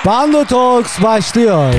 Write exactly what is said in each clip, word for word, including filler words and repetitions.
Bando Talks başlıyor.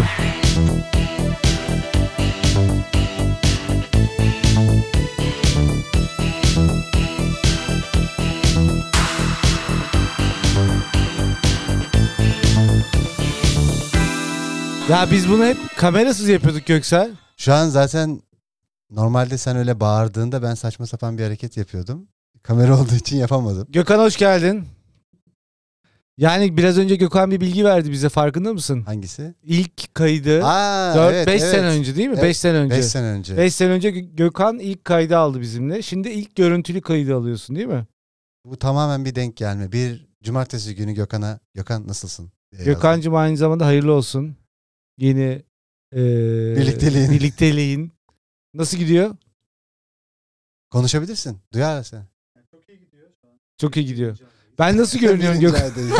Ya biz bunu hep kamerasız yapıyorduk Göksel. Şu an zaten normalde sen öyle bağırdığında ben saçma sapan bir hareket yapıyordum. Kamera olduğu için yapamadım. Gökhan hoş geldin. Yani biraz önce Gökhan bir bilgi verdi bize, farkında mısın? Hangisi? İlk kaydı Aa, dört evet, beş evet. sene önce değil mi? Evet, beş sene önce. beş sene önce. beş sene önce Gökhan ilk kaydı aldı bizimle. Şimdi ilk görüntülü kaydı alıyorsun değil mi? Bu tamamen bir denk gelme. Bir cumartesi günü Gökhan'a, Gökhan nasılsın diye Gökhan'cığım aynı zamanda hayırlı olsun. Yeni e, Birlikteliğin. birlikteliğin. Nasıl gidiyor? konuşabilirsin. Duyar sen. Çok iyi gidiyor. Ben nasıl görünüyorum Birinci Gökhan? aydayız.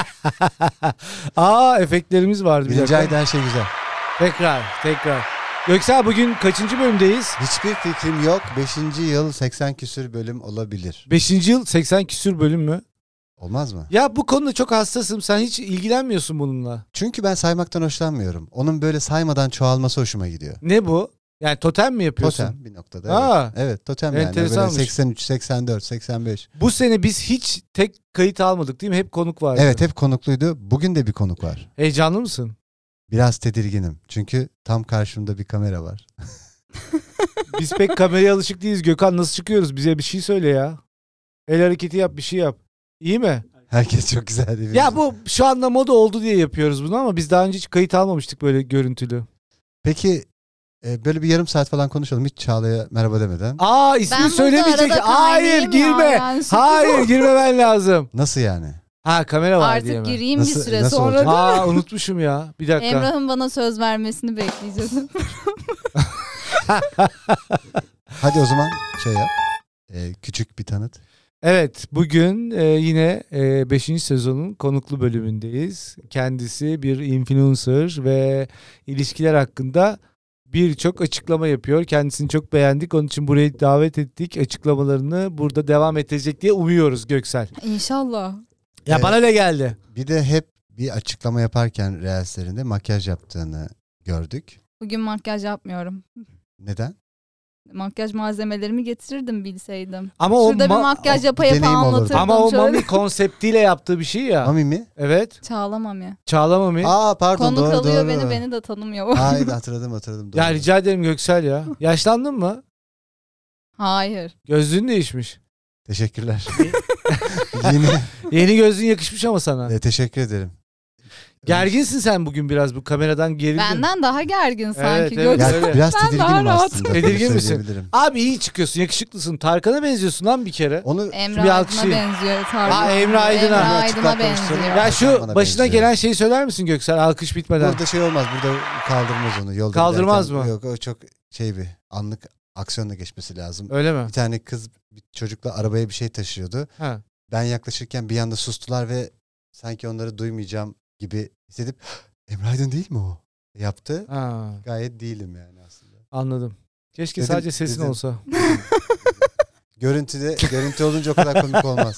Aa, efektlerimiz vardı. Bir Birinci dakika. ayda her şey güzel. Tekrar, tekrar. Göksel bugün kaçıncı bölümdeyiz? Hiçbir fikrim yok. Beşinci yıl seksen küsür bölüm olabilir. Beşinci yıl seksen küsür bölüm mü? Olmaz mı? Ya bu konuda çok hassasım. Sen hiç ilgilenmiyorsun bununla. Çünkü ben saymaktan hoşlanmıyorum. Onun böyle saymadan çoğalması hoşuma gidiyor. Ne bu? Yani totem mi yapıyorsun? Totem bir noktada. Aa, evet. evet totem yani. Böyle enteresanmış. seksen üç, seksen dört, seksen beş. Bu sene biz hiç tek kayıt almadık değil mi? Hep konuk vardı. Evet hep konukluydu. Bugün de bir konuk var. Heyecanlı mısın? Biraz tedirginim. Çünkü tam karşımda bir kamera var. Biz pek kameraya alışık değiliz. Gökhan nasıl çıkıyoruz? Bize bir şey söyle ya. El hareketi yap, bir şey yap. İyi mi? Herkes çok güzel değil mi? Ya bu şu anda moda oldu diye yapıyoruz bunu ama biz daha önce hiç kayıt almamıştık böyle görüntülü. Peki e, böyle bir yarım saat falan konuşalım. Hiç Çağla'ya merhaba demeden. Aa, ismini Ben burada söylemeyecek. arada Hayır, kaynayayım girme. ya, yani sürpriz Hayır, oldu. girmemen lazım. Nasıl yani? Ha, kamera var diye Artık mi? gireyim Nasıl- bir süre nasıl sonra. olacak? Aa, unutmuşum ya. Bir dakika. Emrah'ın bana söz vermesini bekleyeceğim. Hadi o zaman şey yap. E, küçük bir tanıt. Evet, bugün e, yine beşinci sezonun konuklu bölümündeyiz. Kendisi bir influencer ve ilişkiler hakkında birçok açıklama yapıyor. Kendisini çok beğendik. Onun için buraya davet ettik. Açıklamalarını burada devam edecek diye umuyoruz Göksel. İnşallah. Ya Evet. bana öyle geldi. Bir de hep bir açıklama yaparken reelslerinde makyaj yaptığını gördük. Bugün makyaj yapmıyorum. Neden? Makyaj malzemelerimi getirirdim bilseydim. Ama o Şurada ma- bir makyaj o yapa bir yapa deneyim olurdu. anlatırdım. Ama o şöyle. mami konseptiyle yaptığı bir şey ya. Mami mi? Evet. Çağlamam ya. Çağla mami. Aa pardon Konuk doğru alıyor doğru. beni, beni de tanımıyor. Hayır hatırladım hatırladım. Doğru. Ya rica ederim Göksel ya. Yaşlandın mı? Hayır. Gözlüğün değişmiş. Teşekkürler. Yine Yeni gözlüğün yakışmış ama sana. e, teşekkür ederim. Gerginsin sen bugün biraz, bu kameradan gerildin. Benden daha gergin sanki. Evet, evet. Gök- Ya, öyle. biraz Ben daha tedirginim rahatım. aslında. Tedirgin bunu misin? söyleyebilirim. Abi iyi çıkıyorsun, yakışıklısın. Tarkan'a benziyorsun lan bir kere. Onu Bir Emre Aydın'a alkışlayın. benziyor. Tarzı. Aa, Emre Aydın'a. Emre Açıklar Aydın'a konuşalım. benziyor. Ya Bana şu başına benziyor. gelen şeyi söyler misin Göksel, alkış bitmeden? burada şey olmaz. Burada kaldırmaz onu. Yolda Kaldırmaz giderken. mı? Yok o çok şey bir anlık aksiyonla geçmesi lazım. Öyle mi? Bir tane kız bir çocukla arabaya bir şey taşıyordu. Ha. Ben yaklaşırken bir anda sustular ve sanki onları duymayacağım gibi hissedip Emre Aydın değil mi o? Yaptı. Ha, Gayet değilim yani aslında. anladım. Keşke Dedim- sadece sesin dedim. olsa. Görüntüde görüntü olunca o kadar komik olmaz.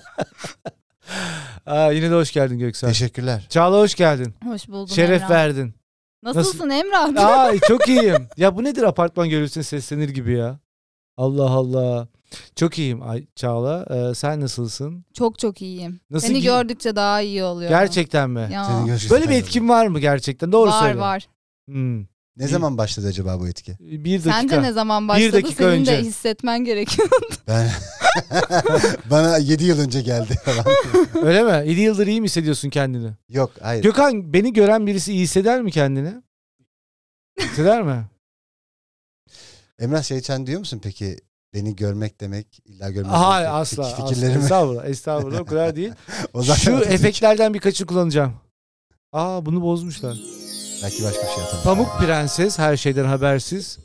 Aa, yine de hoş geldin Göksel. Teşekkürler. Çağla hoş geldin. Hoş buldum Şeref Emrah. verdin. Nasılsın Emrah? Aa, çok iyiyim. Ya bu nedir, apartman görüntüsüne seslenir gibi ya. Allah Allah. Çok iyiyim Ay Çağla. Ee, sen nasılsın? Çok çok iyiyim. Nasıl Seni gi- gördükçe daha iyi oluyor. Gerçekten mi? Ya. Senin görüşün Böyle bir sen etkin var mı gerçekten? Doğru var söyle. var. Hmm. Ne zaman başladı acaba bu etki? Bir dakika. Sence ne zaman başladı? dakika Senin önce. de hissetmen gerekiyor. Ben bana yedi yıl önce geldi falan. Öyle mi? yedi yıldır iyi mi hissediyorsun kendini? Yok hayır. Gökhan, beni gören birisi iyi hisseder mi kendini? Hisseder mi? Emrah şey sen diyor musun peki? Beni görmek demek illa görmek Hayır, demek. asla. Fik- asla. Fikirlerimi. Estağfurullah. Estağfurullah. O kadar değil. O zaten Şu otuz üç. efektlerden birkaçını kullanacağım. Aa, bunu bozmuşlar. Belki başka bir şey atalım. Pamuk Prenses her şeyden habersiz.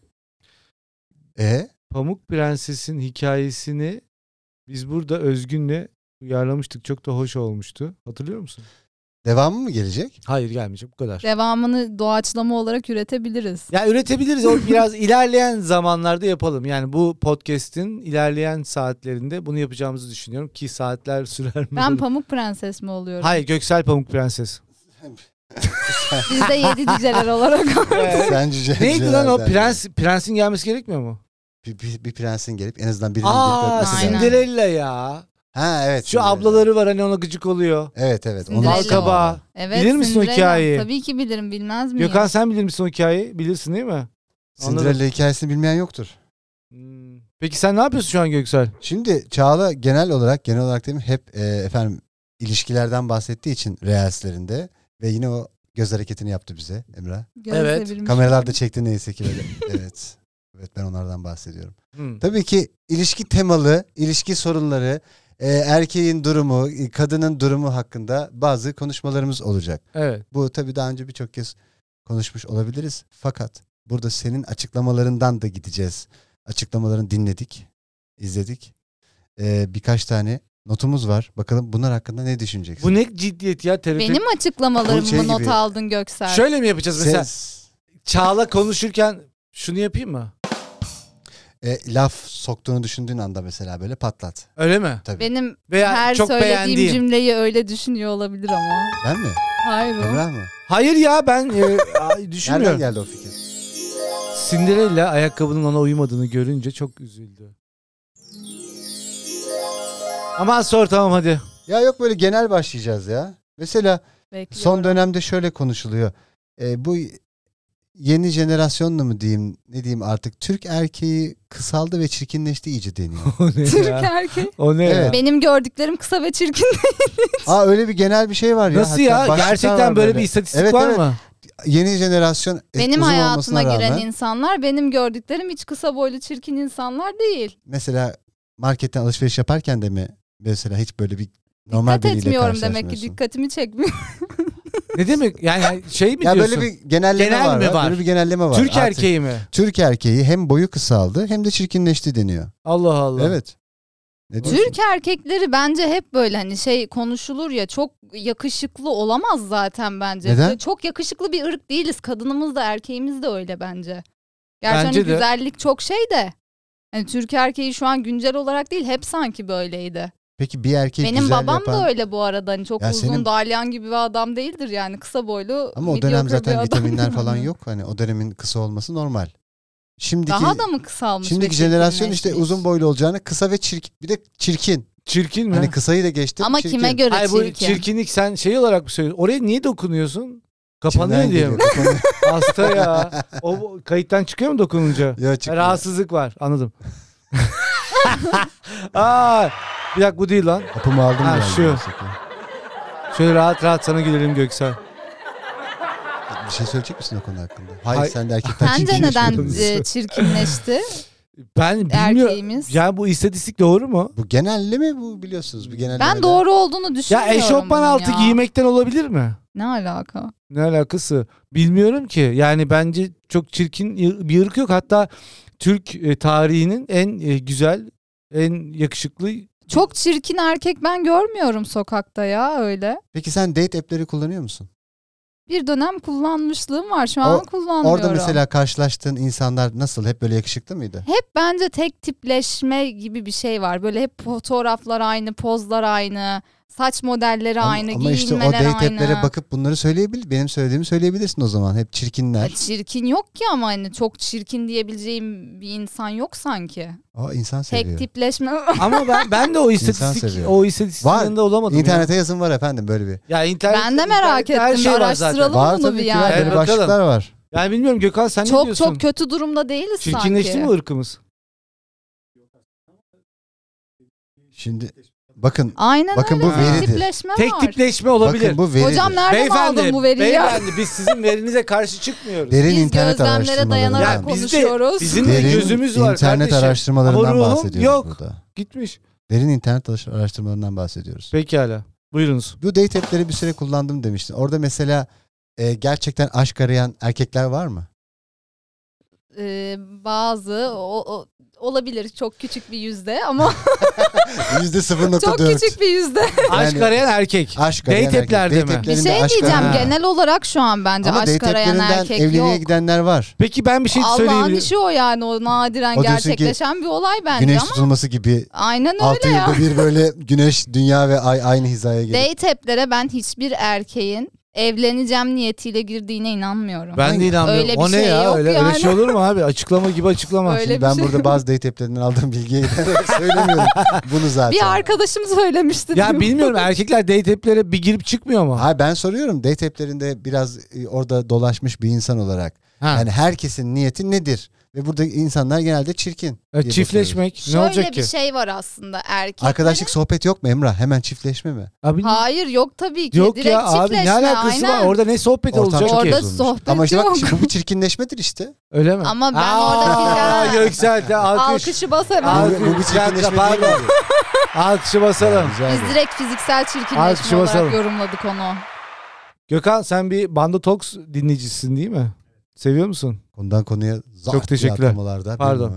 E? Pamuk Prenses'in hikayesini biz burada Özgün'le uyarlamıştık. Çok da hoş olmuştu. Hatırlıyor musun? Devamı mı gelecek? Hayır, gelmeyecek, bu kadar. Devamını doğaçlama olarak üretebiliriz. Ya üretebiliriz. O biraz ilerleyen zamanlarda yapalım. Yani bu podcast'in ilerleyen saatlerinde bunu yapacağımızı düşünüyorum ki saatler sürer mi? Ben Pamuk Prenses mi oluyorum? Hayır, Göksel Pamuk Prenses. Biz de yedi cüceler olarak. Sen cüce. Neydi lan o cücelerden prens prensin gelmesi gerekmiyor mu? Bir, bir, bir prensin gelip en azından birinin Aa gelip öpmesi Aynen. lazım. Cinderella ya. Ha evet. Şu Cinderella. ablaları var hani ona gıcık oluyor. Evet evet. Cinderella. Onun Bal kabağı. Evet, Bilir misin o Cinderella. hikayeyi? Tabii ki bilirim, bilmez miyim? Gökhan sen bilir misin o hikayeyi? Bilirsin değil mi? Cinderella hikayesini bilmeyen yoktur. Hmm. Peki sen ne yapıyorsun şu an Göksel? Şimdi Çağla genel olarak genel olarak değil mi hep e, efendim ilişkilerden bahsettiği için reelslerinde ve yine o göz hareketini yaptı bize Emrah. Gözle Evet. bilmiş. Kameralarda çekti neyse ki böyle. Evet. Evet ben onlardan bahsediyorum. Hmm. Tabii ki ilişki temalı, ilişki sorunları, e, erkeğin durumu, e, kadının durumu hakkında bazı konuşmalarımız olacak. Evet. Bu tabii daha önce birçok kez konuşmuş olabiliriz. Fakat burada senin açıklamalarından da gideceğiz. Açıklamalarını dinledik, izledik. E, birkaç tane notumuz var. Bakalım bunlar hakkında ne düşüneceksin? Bu ne ciddiyet ya T R T. Benim Bu açıklamalarımı şey not gibi. aldın Göksel. Şöyle mi yapacağız mesela? Ses, Çağla konuşurken şunu yapayım mı? e, laf soktuğunu düşündüğün anda mesela böyle patlat. Öyle mi? Tabii. Benim Veya her çok söylediğim beğendiğim. cümleyi öyle düşünüyor olabilir ama. Ben mi? Hayır o. Emrah mı? Hayır ya ben e, a- Nereden düşünmüyorum. geldi o fikir? Cinderella ayakkabının ona uymadığını görünce çok üzüldü. Ama sor tamam hadi. Ya yok böyle genel başlayacağız ya. Mesela Bekliyorum. son dönemde şöyle konuşuluyor. E, bu yeni jenerasyonla mı diyeyim ne diyeyim artık Türk erkeği kısaldı ve çirkinleşti iyice deniyor. O ne Türk ya? erkeği. O ne ya? Evet. Benim gördüklerim kısa ve çirkin. Aa öyle bir genel bir şey var ya. Nasıl Hatta ya? başlıklar Gerçekten var böyle bir istatistik Evet, var evet. mı? Yeni jenerasyon e, Benim uzun hayatıma olmasına giren rağmen, insanlar benim gördüklerim hiç kısa boylu çirkin insanlar değil. mesela marketten alışveriş yaparken de mi mesela hiç böyle bir normal Dikkat biriyle etmiyorum demek ki, karşılaşmıyorsun? dikkatimi çekmiyor. Ne demek? Yani şey mi Ya diyorsun? böyle bir genelleme Genel var, mi ya, var? Böyle bir genelleme var. Türk Artık erkeği mi? Türk erkeği hem boyu kısaldı hem de çirkinleşti deniyor. Allah Allah. Evet. Ne diyorsun? Türk erkekleri bence hep böyle hani şey konuşulur ya, çok yakışıklı olamaz zaten bence. Neden? Çok yakışıklı bir ırk değiliz. Kadınımız da erkeğimiz de öyle bence. Gerçi Bence hani de. güzellik çok şey de. Hani Türk erkeği şu an güncel olarak değil, hep sanki böyleydi. Peki bir erkeği Benim güzel babam yapan... da öyle bu arada. Hani çok Ya uzun senin- dalyan gibi bir adam değildir yani, kısa boylu. Ama o mediocre dönem bir zaten adam. vitaminler falan yok. Hani o dönemin kısa olması normal. Şimdiki Daha da mı kısalmış? şimdiki ve jenerasyon işte çirkinleşmiş? uzun boylu olacağını kısa ve çirkin. Bir de çirkin. Çirkin mi? Hani kısayı da geçtim. Ama çirkin. kime göre Hayır bu çirkin? çirkinlik sen şey olarak mı söylüyorsun? Oraya niye dokunuyorsun? Kapanıyor İçimden diye mi? geliyor, kapanıyor. Hasta ya. O kayıttan çıkıyor mu dokununca? Yok, çıkmıyor. Rahatsızlık var. Anladım. Aa, bir dakika bu değil lan. Hapımı aldım Ha, herhalde şu. gerçekten. Şöyle rahat rahat sana gülelim Göksel. Bir şey söyleyecek misin o konu hakkında? Hayır, Hayır. sen de erkekten Sence neden çirkinleşmiyordun. e, çirkinleşti Ben bilmiyorum. erkeğimiz? Yani bu istatistik doğru mu? Bu genelde mi bu biliyorsunuz? Bu genelde Ben doğru olduğunu Ya düşünmüyorum. eşofman bunun altı ya. giymekten olabilir mi? Ne alaka? Ne alakası? Bilmiyorum ki. Yani bence çok çirkin bir ırk yok. Hatta Türk e, tarihinin en e, güzel, en yakışıklı. Çok çirkin erkek ben görmüyorum sokakta ya öyle. Peki sen date app'leri kullanıyor musun? Bir dönem kullanmışlığım var. Şu an O- kullanmıyorum. Orada mesela karşılaştığın insanlar nasıl? Hep böyle yakışıklı mıydı? Hep bence tek tipleşme gibi bir şey var. Böyle hep fotoğraflar aynı, pozlar aynı, saç modelleri Ama, aynı, ama işte o giyinmeler date aynı. app'lere bakıp bunları söyleyebilir. Benim söylediğimi söyleyebilirsin o zaman. Hep çirkinler. Ya çirkin yok ki, ama hani çok çirkin diyebileceğim bir insan yok sanki. O insan seviyor. Tek tipleşme. Ama ben ben de o istatistik seviyor. o istatistiğin Var. yanında olamadım. İnternete yazın var efendim böyle bir. Ya, ya internet, Ben de merak internette her ettim. şey var zaten. Araştıralım Var bunu tabii bir ki. yani. var. Böyle Evet, bakalım. başlıklar var. Yani bilmiyorum Gökhan sen ne Çok diyorsun? çok kötü durumda değiliz Çirkinleşti sanki. mi ırkımız? Şimdi bakın Aynen Bakın öyle. bu Tek veridir. tipleşme Tek var. tipleşme olabilir. bakın bu veridir. Hocam nereden Beyefendi, aldın bu veriyi ya? beyefendi biz sizin verinize karşı çıkmıyoruz. Derin Biz internet gözlemlere araştırmaları. dayanarak Ya biz de- konuşuyoruz. bizim de Derin gözümüz var internet kardeşim. araştırmalarından Ama ruhum bahsediyoruz yok. burada. Gitmiş. Derin internet araş- araştırmalarından bahsediyoruz. Pekala. Buyurunuz. Bu date app'leri bir süre kullandım demiştin. Orada mesela e, gerçekten aşk arayan erkekler var mı? Ee, bazı o, o- olabilir, çok küçük bir yüzde ama yüzde sıfır nokta çok dört. küçük bir yüzde. Aşk Yani- arayan erkek. Aşk Date arayan erkek. app'lerde Date mi? Bir app'lerinde şey aşk diyeceğim, arayan- Ha. genel olarak şu an bence Ama aşk date arayan app'lerinden erkek evliliğe yok. gidenler var. Peki ben bir şey Allah'ın söyleyebilirim. işi o yani, o nadiren O diyorsun ki, gerçekleşen bir olay bence Güneş ama tutulması gibi aynen öyle altı ya. yılda bir böyle güneş, dünya ve ay aynı hizaya gelir. Date app'lere ben hiçbir erkeğin evleneceğim niyetiyle girdiğine inanmıyorum. Ben de inanmıyorum. Öyle bir O ne şey ya? yok Öyle, yani. öyle şey olur mu abi? Açıklama gibi açıklama. Öyle Şimdi bir ben şey burada yok. bazı date app'lerinden aldığım bilgiyi söylemiyorum. Bunu zaten. Bir arkadaşım söylemişti. Ya diyor. bilmiyorum, erkekler date app'lere bir girip çıkmıyor mu? Hayır, ben soruyorum date app'lerinde biraz e, orada dolaşmış bir insan olarak. Ha. Yani herkesin niyeti nedir? Ve burada insanlar genelde çirkin. Ya diye bakıyoruz. çiftleşmek ne Şöyle olacak bir ki? şey var aslında erkeklerin. Arkadaşlık sohbet yok mu Emrah? Hemen çiftleşme mi? Abi, Hayır yok tabii ki. yok Direkt ya abi, ne çiftleşme, alakası aynen. var? Orada ne sohbet Ortam olacak çok ki? Orada bozulmuş. sohbet Ama işte bak yok. şimdi bu çirkinleşmedir işte. Öyle mi? Ama ben Aa, oradaki- Göksel de alkış. Alkışı bas hemen. Alkış. Bu, bu bir Bir dakika, çirkinleşme pardon. değil abi. Alkışı basalım. Rica Biz ederim. direkt fiziksel Alkışı çirkinleşme basalım. olarak yorumladık onu. Gökhan, sen bir Bando Talks dinleyicisin değil mi? Seviyor musun? Konudan konuya zart Çok teşekkürler. diye atlamalarda. Pardon.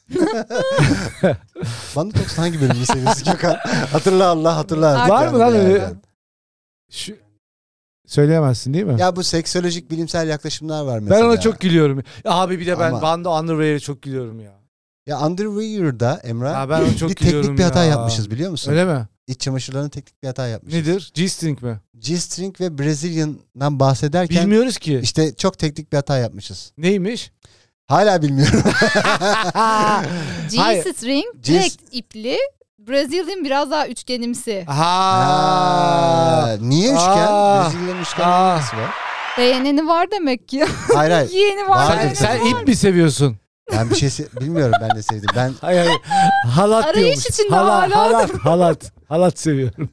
Bando Talks'un hangi bölümünü seviyorsun Gökhan? Hatırla Allah hatırla. Var Yani mı lan bir öyle? yerden. Şu... Söyleyemezsin değil mi? Ya bu seksolojik bilimsel yaklaşımlar var mesela. Ben ona çok gülüyorum. Ya abi bir de ben Ama- Bando Underwear'e çok gülüyorum ya. Ya Underwear'da Emrah Ya ben ona çok bir gülüyorum teknik bir hata ya. yapmışız biliyor musun? Öyle mi? İç çamaşırlarının teknik bir hata yapmışız. Nedir? G-string mi? G-string ve Brazilian'dan bahsederken Bilmiyoruz ki. işte çok teknik bir hata yapmışız. Neymiş? Hala bilmiyorum. Hayır. G-string G- direkt ipli. Brazilian biraz daha üçgenimsi. Ha. Aa, niye üçgen? Aa. Brezilya'nın üçgen Aa. nasıl var? Beğeneni var demek ki. Hayır hayır. Yeğeni var. Vardır Sen, demek sen ki. ip mi seviyorsun? Ben bir şey se- bilmiyorum, ben de sevdim. Ben Hayır hayır. Halat Arayış diyormuş. içinde Halat, hala. halat, halat. Halat seviyorum.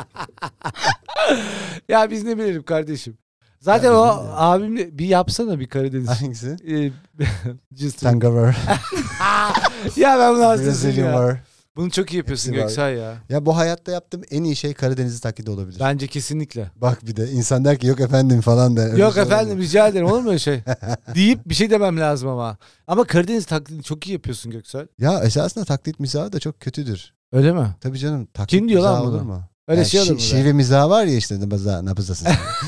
Ya biz ne bilelim kardeşim. Zaten Ya o bizim de. abimle bir yapsana bir Karadeniz. hangisi? Ee, just- Tanga var. ya ben bunu hastasıyım Brazilian ya. var. Bunu çok iyi yapıyorsun Hepsi var. Göksel ya. Ya bu hayatta yaptığım en iyi şey Karadeniz'i taklidi olabilir. Bence kesinlikle. Bak bir de insan der ki yok efendim falan der. Öyle Yok şey efendim olmaz. rica ederim, olur mu öyle şey? Deyip bir şey demem lazım ama. Ama Karadeniz taklidini çok iyi yapıyorsun Göksel. Ya esasında taklit mizahı da çok kötüdür. Öyle mi? Tabii canım. Taklit Kim diyor lan mizahı bunu? olur mu? Öyle Yani şey olur şi- mu? be? Şive mizahı var ya işte. Ne yapacağız?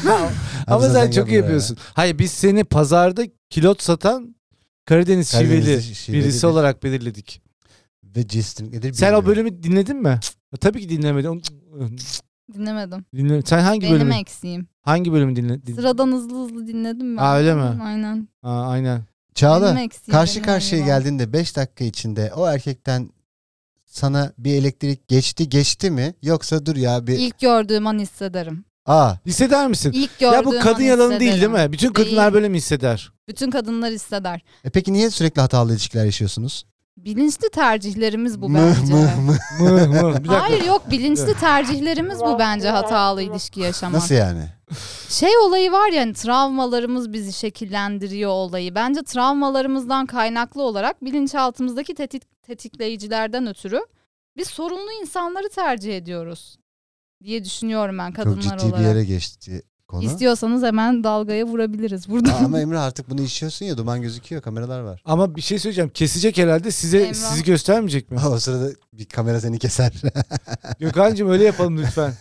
Ama sen çok iyi yapıyorsun. Hayır, biz seni pazarda kilot satan Karadeniz şiveli Karadeniz'de şiveli birisi bir- olarak belirledik. Ve G-string nedir Sen o bilmiyorum. bölümü dinledin mi? Tabii ki dinlemedin. Dinlemedim. Dinle. Sen hangi Benim bölümü? eksiğim. Hangi bölümü dinledin? Sıradan hızlı hızlı dinledim ben. Aa, öyle mi? Aynen. Aa, aynen. Benim Çağla eksiğim, karşı benim karşıya ayıbım. geldiğinde beş dakika içinde o erkekten sana bir elektrik geçti geçti mi? Yoksa dur ya bir... İlk gördüğüm an hissederim. Aa, Hisseder misin? İlk gördüğüm Ya bu kadın an yalanı değil değil hissederim. mi? Bütün kadınlar Değil. böyle mi hisseder? Bütün kadınlar hisseder. e peki niye sürekli hatalı ilişkiler yaşıyorsunuz? Bilinçli tercihlerimiz bu Mıh, bence. mıh, mıh. Mıh, mıh. Bir dakika. Hayır yok, bilinçli tercihlerimiz bu bence hatalı ilişki yaşamak. Nasıl yani? Şey olayı var ya, hani travmalarımız bizi şekillendiriyor olayı. Bence travmalarımızdan kaynaklı olarak bilinçaltımızdaki tetik, tetikleyicilerden ötürü biz sorunlu insanları tercih ediyoruz diye düşünüyorum ben kadınlar Çok ciddi olarak. bir yere geçti konu. İstiyorsanız hemen dalgaya vurabiliriz burada. Aa, ama Emre artık bunu işliyorsun ya, duman gözüküyor, kameralar var. Ama bir şey söyleyeceğim. Kesecek herhalde. Size Emrah. sizi göstermeyecek mi? O sırada bir kamera seni keser. Gökhan'cığım öyle yapalım lütfen.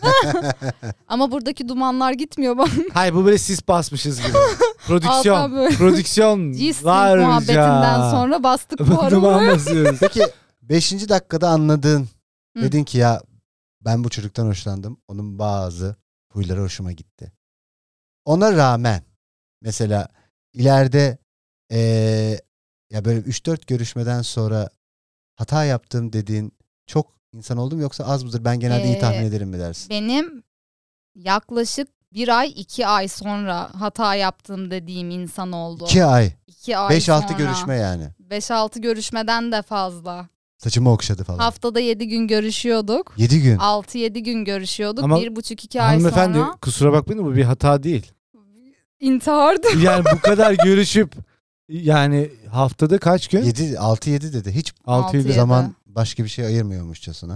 Ama buradaki dumanlar gitmiyor bana. Hayır, bu böyle sis basmışız gibi. Prodüksiyon. Alttan böyle Prodüksiyon. G-string Larca. muhabbetinden sonra bastık bu Duman arabayı. basıyoruz. Peki beşinci dakikada anladın. Hı. Dedin ki ya ben bu çocuktan hoşlandım. Onun bazı huyları hoşuma gitti. Ona rağmen mesela ileride eee, ya böyle üç dört görüşmeden sonra hata yaptım dediğin çok insan oldu mu, yoksa az mıdır? Ben genelde iyi Ee, tahmin ederim mi dersin? Benim yaklaşık bir ay iki ay sonra hata yaptım dediğim insan oldu. İki ay. İki ay Beş altı sonra. görüşme yani. beş altı görüşmeden de fazla. Saçımı okşadı falan. Haftada yedi gün görüşüyorduk. Yedi gün. altı yedi gün görüşüyorduk. Ama bir buçuk iki ay Hanımefendi sonra kusura bakmayın da bu bir hata değil. intihardı. Yani bu kadar görüşüp yani haftada kaç gün? Yedi, altı yedi dedi. Hiç altı Altı yedi yedi. zaman başka bir şey ayırmıyormuşçasına.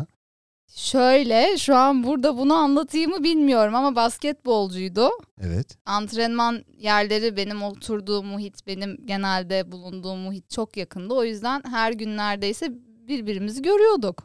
Şöyle, şu an burada bunu anlatayım mı bilmiyorum ama basketbolcuydu. Evet. Antrenman yerleri benim oturduğum muhit, benim genelde bulunduğum muhit çok yakındı. O yüzden her gün neredeyse birbirimizi görüyorduk.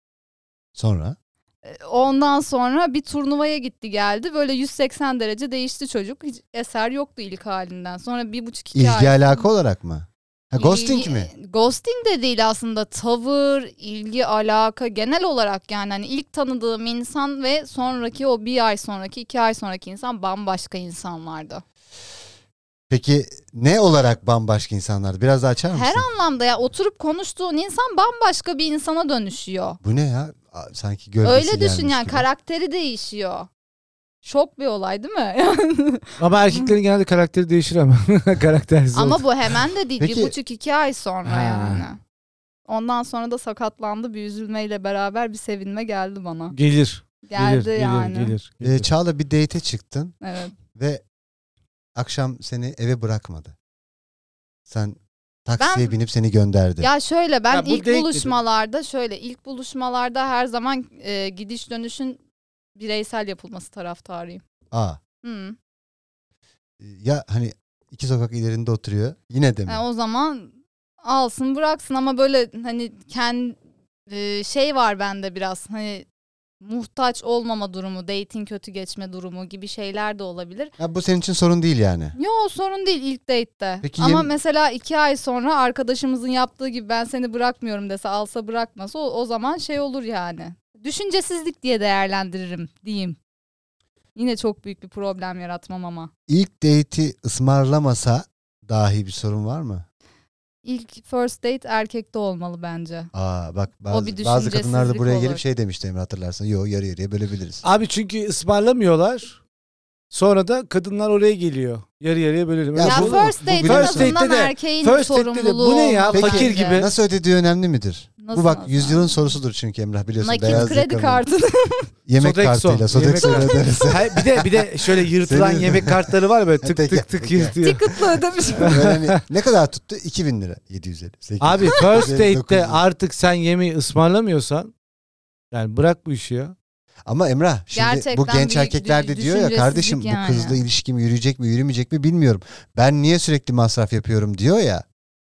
Sonra? Ondan sonra bir turnuvaya gitti geldi. Böyle yüz seksen derece değişti çocuk. Hiç eser yoktu ilk halinden. Sonra bir buçuk iki ay. İlgi alaka olarak mı? Ha, ghosting İlgi- mi? Ghosting de değil aslında, tavır, ilgi, alaka, genel olarak yani hani ilk tanıdığım insan ve sonraki o bir ay sonraki, iki ay sonraki insan bambaşka insanlardı. Peki ne olarak bambaşka insanlar? Biraz daha açar mısın? Her anlamda ya, oturup konuştuğun insan bambaşka bir insana dönüşüyor. Bu ne ya? Aa, sanki gölgesi Öyle düşün gelmiş yani, gibi. karakteri değişiyor. Şok bir olay değil mi? Ama erkeklerin genelde karakteri değişir ama. Karaktersiz Ama olur. bu hemen de değil. Peki- Bir buçuk iki ay sonra Ha. yani. Ondan sonra da sakatlandı. Bir üzülmeyle beraber bir sevinme geldi bana. Gelir. Geldi gelir, yani. Gelir, gelir, Ee, gelir. Çağla bir date'e çıktın Evet. ve akşam seni eve bırakmadı. Sen taksiye Ben- binip seni gönderdi. Ya şöyle, ben Ya bu ilk date dedim. buluşmalarda şöyle ilk buluşmalarda her zaman e, gidiş dönüşün bireysel yapılması taraftarıyım. Aa. Hı. Ya hani iki sokak ilerinde oturuyor. Yine de mi? Yani o zaman alsın bıraksın, ama böyle hani kendi şey var bende biraz, hani muhtaç olmama durumu, date'in kötü geçme durumu gibi şeyler de olabilir. Ya bu senin için sorun değil yani. Yo, sorun değil ilk date'te. Peki Ama yem- mesela iki ay sonra arkadaşımızın yaptığı gibi ben seni bırakmıyorum dese, alsa bırakmasa, o, o zaman şey olur yani. Düşüncesizlik diye değerlendiririm diyeyim. Yine çok büyük bir problem yaratmam ama. İlk date'i ısmarlamasa dahi bir sorun var mı? İlk first date erkekte olmalı bence. Aa bak bazı, bir bazı kadınlar da düşüncesizlik buraya olur. gelip şey demişti Emre, hatırlarsan. Yo, yarı yarıya bölebiliriz. Abi çünkü ısmarlamıyorlar. Sonra da kadınlar oraya geliyor. Yarı yarıya bölelim. Ya Ya, bu- first bu date en bilimsel. azından First date'te de- erkeğin first date'te de sorumluluğu bu ne ya? olmalı Fakir bence. gibi. Nasıl ödediği önemli midir? Nasıl Bu bak nasıl? yüzyılın sorusudur çünkü Emrah, biliyorsun. Nakit beyaz kredi yakanın. kartı. Yemek Sodexo. kartıyla. Sodexo Yemek öderiz. Hayır, bir de bir de şöyle yırtılan Senin- yemek kartları var böyle tık Peki, tık tık peki. yırtıyor. Ticket'la ödemiş. Böyle hani ne kadar tuttu? iki bin lira. yedi yüz elli. sekiz yüz. Abi first dokuz yüz. date'te artık sen yemeği ısmarlamıyorsan yani bırak bu işi ya. Ama Emrah şimdi Gerçekten bu genç büyük erkekler bir de diyor ya, düşüncesizlik kardeşim bu yani. kızla ilişkim yürüyecek mi yürümeyecek mi bilmiyorum. Ben niye sürekli masraf yapıyorum diyor ya.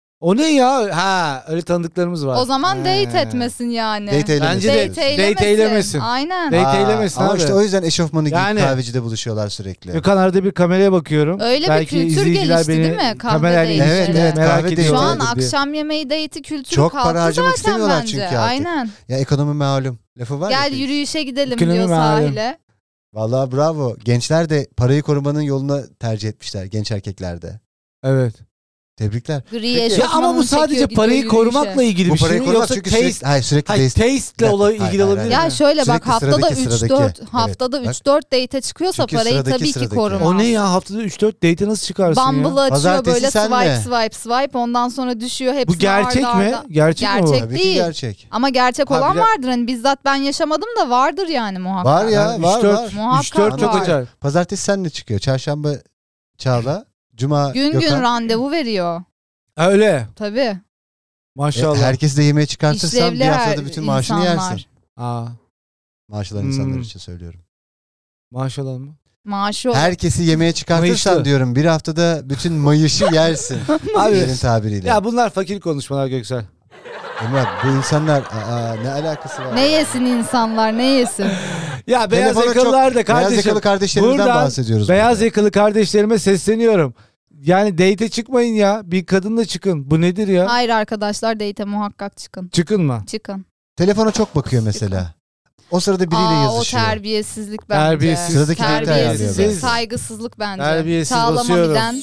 O ne ya? Ha, öyle tanıdıklarımız var. O zaman Ha. date etmesin yani. Date eylemesin. Bence de Date eylemesin. date eylemesin. Aynen. Date Aa, eylemesin ama abi. işte o yüzden eşofmanı giyip Yani- kahvecide buluşuyorlar sürekli. Gökhan, arada bir kameraya bakıyorum. Öyle bir Belki kültür izleyiciler gelişti beni değil mi? Kahve kamerayla date'leri. ilişkileri Evet, evet, merak kahve ediyor. Şu date'leri. an diye. akşam yemeği date'i kültürü Çok kalktı para harcamak zaten istemiyorlar bence. çünkü artık. Aynen. Ya ekonomi malum. Lafı var ya. Gel pek. yürüyüşe gidelim Ekonomi diyor malum. sahile. Vallahi bravo. Gençler de parayı korumanın yolunu tercih etmişler. Genç erkekler de. Evet. Tebrikler. Gri Peki- eşofmanını Ya ama bu çekiyor, sadece gidiyor parayı yürüyüşe. korumakla ilgili Bu bir şey parayı mi korumak yoksa çünkü taste, sürekli, hayır, sürekli hayır, taste- taste'le Hayır, olay hayır, ilgili hayır, olabilir hayır. Ya mi? şöyle bak, Sürekli haftada sıradaki, üç sıradaki. dört Evet, haftada bak. üç dört date'e çıkıyorsa Çünkü parayı sıradaki, tabii ki sıradaki. korumaz. O ne ya, haftada üç dört date nasıl çıkarsın ya? Bumble'ı açıyor Pazartesi böyle, senle. swipe swipe swipe, ondan sonra düşüyor hepsini Bu gerçek arda mi? arda. Gerçek, mi bu? Gerçek. Tabii ki değil. gerçek. Ama gerçek Ha, olan bir de- vardır. Hani bizzat ben yaşamadım da vardır yani muhakkak. Var ya, Yani var üç dört var. Muhakkak üç dört çok var. acayip. Pazartesi senle çıkıyor. Çarşamba Çağla. Cuma Gün gün Gökhan. randevu veriyor. Öyle. Tabii. E, Maşallah. herkes de yemeğe çıkartırsan İşlevli bir haftada her bütün maaşını insanlar. yersin. Aa, Maaşlı olan Hmm. insanlar için söylüyorum. maşallah mı? Maaşı o. Herkesi yemeğe çıkartırsan Mayışlı. diyorum bir haftada bütün mayışı yersin. Abi, Yerin tabiriyle. ya bunlar fakir konuşmalar Göksel. Emrah, bu insanlar aa, ne alakası var? Ne yesin insanlar, ne yesin? Ya beyaz Telefona yakalılar da çok- Beyaz kardeşim. yakalı kardeşlerimizden buradan bahsediyoruz. Beyaz burada. yakalı kardeşlerime sesleniyorum. Yani date'e çıkmayın ya. Bir kadınla çıkın. Bu nedir ya? Hayır arkadaşlar, date'e muhakkak çıkın. Çıkın mı? Çıkın. Telefona çok bakıyor mesela. O sırada biriyle Aa, o yazışıyor. terbiyesizlik bence. Terbiyesiz. Sıradaki date'e Terbiyesizlik, ayarlıyor saygısızlık bence. Terbiyesiz Çağlama basıyorum. bilen.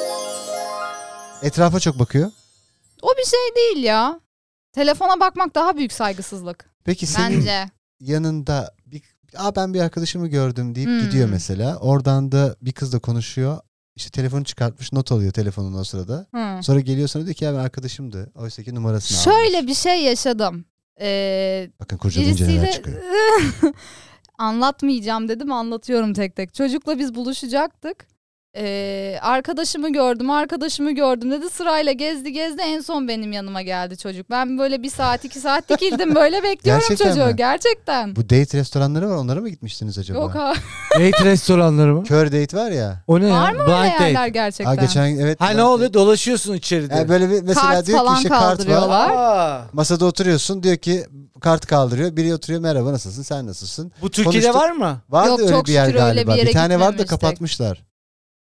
Etrafa çok bakıyor. O bir şey değil ya. Telefona bakmak daha büyük saygısızlık. Peki senin Bence. yanında bir, Aa, ben bir arkadaşımı gördüm deyip Hmm. gidiyor mesela. Oradan da bir kızla konuşuyor. İşte telefonu çıkartmış, not alıyor telefonun o sırada. Hı. Sonra geliyor sana diyor ki ya ben arkadaşımdı. Oysa ki numarasını almış. Şöyle bir şey yaşadım. Ee, Bakın kurcalayınca neler birisiyle çıkıyor. anlatmayacağım dedim, anlatıyorum tek tek. Çocukla biz buluşacaktık. Ee, arkadaşımı gördüm, arkadaşımı gördüm dedi. Sırayla gezdi gezdi, en son benim yanıma geldi çocuk. Ben böyle bir saat iki saat dikildim böyle bekliyorum Gerçekten çocuğu. mi? Gerçekten. Bu date restoranları var, onlara mı gitmiştiniz acaba? Yok ha. Date restoranları mı? Kör date var ya. O ne Var ya? mı öyle Blind yerler date. gerçekten? Ha, geçen evet. Ha, ne oluyor? Dolaşıyorsun içeride. Yani böyle bir mesela Kart diyor ki falan işte kart var. kaldırıyorlar. Aa, Masada oturuyorsun, diyor ki kart kaldırıyor. Biri oturuyor, merhaba nasılsın, sen nasılsın? bu Türkiye'de Konuştuk. var mı? Vardı Yok, öyle çok bir yer şükür öyle galiba. bir Bir, yere tane vardı da gitmemiştik. kapatmışlar.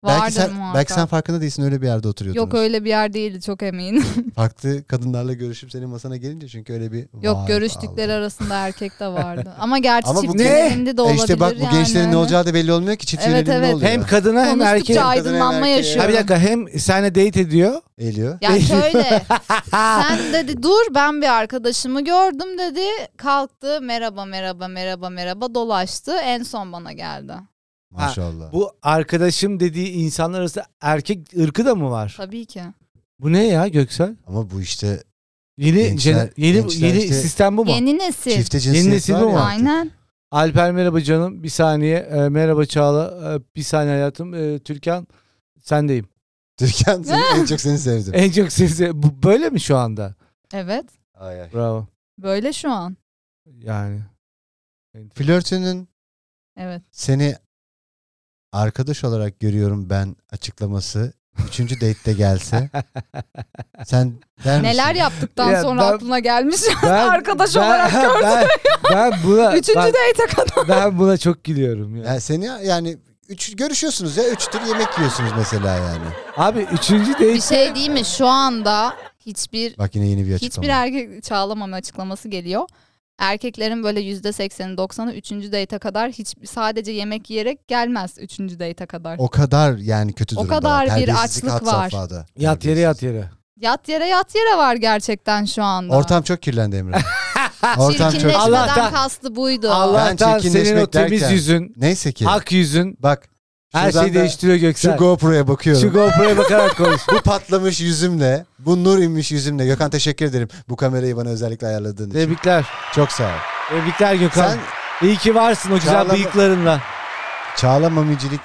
Vardır belki sen muhakkak. belki sen farkında değilsin, öyle bir yerde oturuyordunuz. Yok öyle bir yer değildi, çok eminim. Farklı kadınlarla görüşüp senin masana gelince çünkü öyle bir Yok, vay görüştükleri be. arasında erkek de vardı. Ama gerçi Ama bu çift ne? yönelimli de E olabilir işte bak bu yani. gençlerin ne Hani olacağı da belli olmuyor ki, çift Evet, yönelimli evet. oluyor. Hem kadına hem Konuştukça erkeğe. aydınlanma erkeğe. Ha yaşıyorum. bir dakika, hem seninle date ediyor. Eliyor. Ya şöyle, sen dedi dur ben bir arkadaşımı gördüm dedi, kalktı merhaba merhaba merhaba merhaba dolaştı, en son bana geldi. Maşallah. Bu arkadaşım dediği insanlar arasında erkek ırkı da mı var? Tabii ki. Bu ne ya Göksel? Ama bu işte Yeni Gençler- jene- yeni gençler yeni işte- sistem bu mu? Yeni nesil. çifte cinsiyet nesil var bu ya mu? artık. Aynen. Alper merhaba canım. Bir saniye. E, merhaba Çağla. E, bir saniye hayatım. E, Türkan sendeyim. Türkan seni, en çok seni sevdim. En çok sizi. Bu böyle mi şu anda? Evet. Ay, ay. Bravo. Böyle şu an. Yani. Flörtünün Evet. seni arkadaş olarak görüyorum ben açıklaması üçüncü date'te gelse sen der misin? Neler yaptıktan Ya sonra ben- aklına gelmiş Ben- arkadaş ben- olarak gördüm. Ben, ben buna Üçüncü ben, date'e kadar. ben buna çok gülüyorum ya. Ya seni yani üç görüşüyorsunuz ya, üç tür yemek yiyorsunuz mesela yani. Abi üçüncü date. Bir şey değil mi? Şu anda hiçbir Bak yine yeni bir açıklama. hiçbir erkek çağlamama açıklaması geliyor. Erkeklerin böyle yüzde sekseni doksanı üçüncü date'e kadar hiç sadece yemek yiyerek gelmez üçüncü date'e kadar. O kadar yani kötü O durumda. kadar bir Terbiyesizlik açlık had var. safhada. Yat yere yat yere. Yat yere yat yere var gerçekten şu anda. Ortam çok kirlendi Emre. Ortam çok Çirkinleşmeden Allah'tan- kastı buydu. Allah'tan Ben senin o çirkinleşmek temiz derken- yüzün, Neyse ki. ak yüzün Bak. her şuradan şeyi da değiştiriyor Göksel. Şu GoPro'ya bakıyorum. Şu GoPro'ya bakarak konuş. Bu patlamış yüzümle, bu nur inmiş yüzümle. Gökhan teşekkür ederim. Bu kamerayı bana özellikle ayarladığın için. Tebrikler. Çok sağ ol. Tebrikler Gökhan. Sen İyi ki varsın o güzel Çağlama- bıyıklarınla. Çağla Mamicilik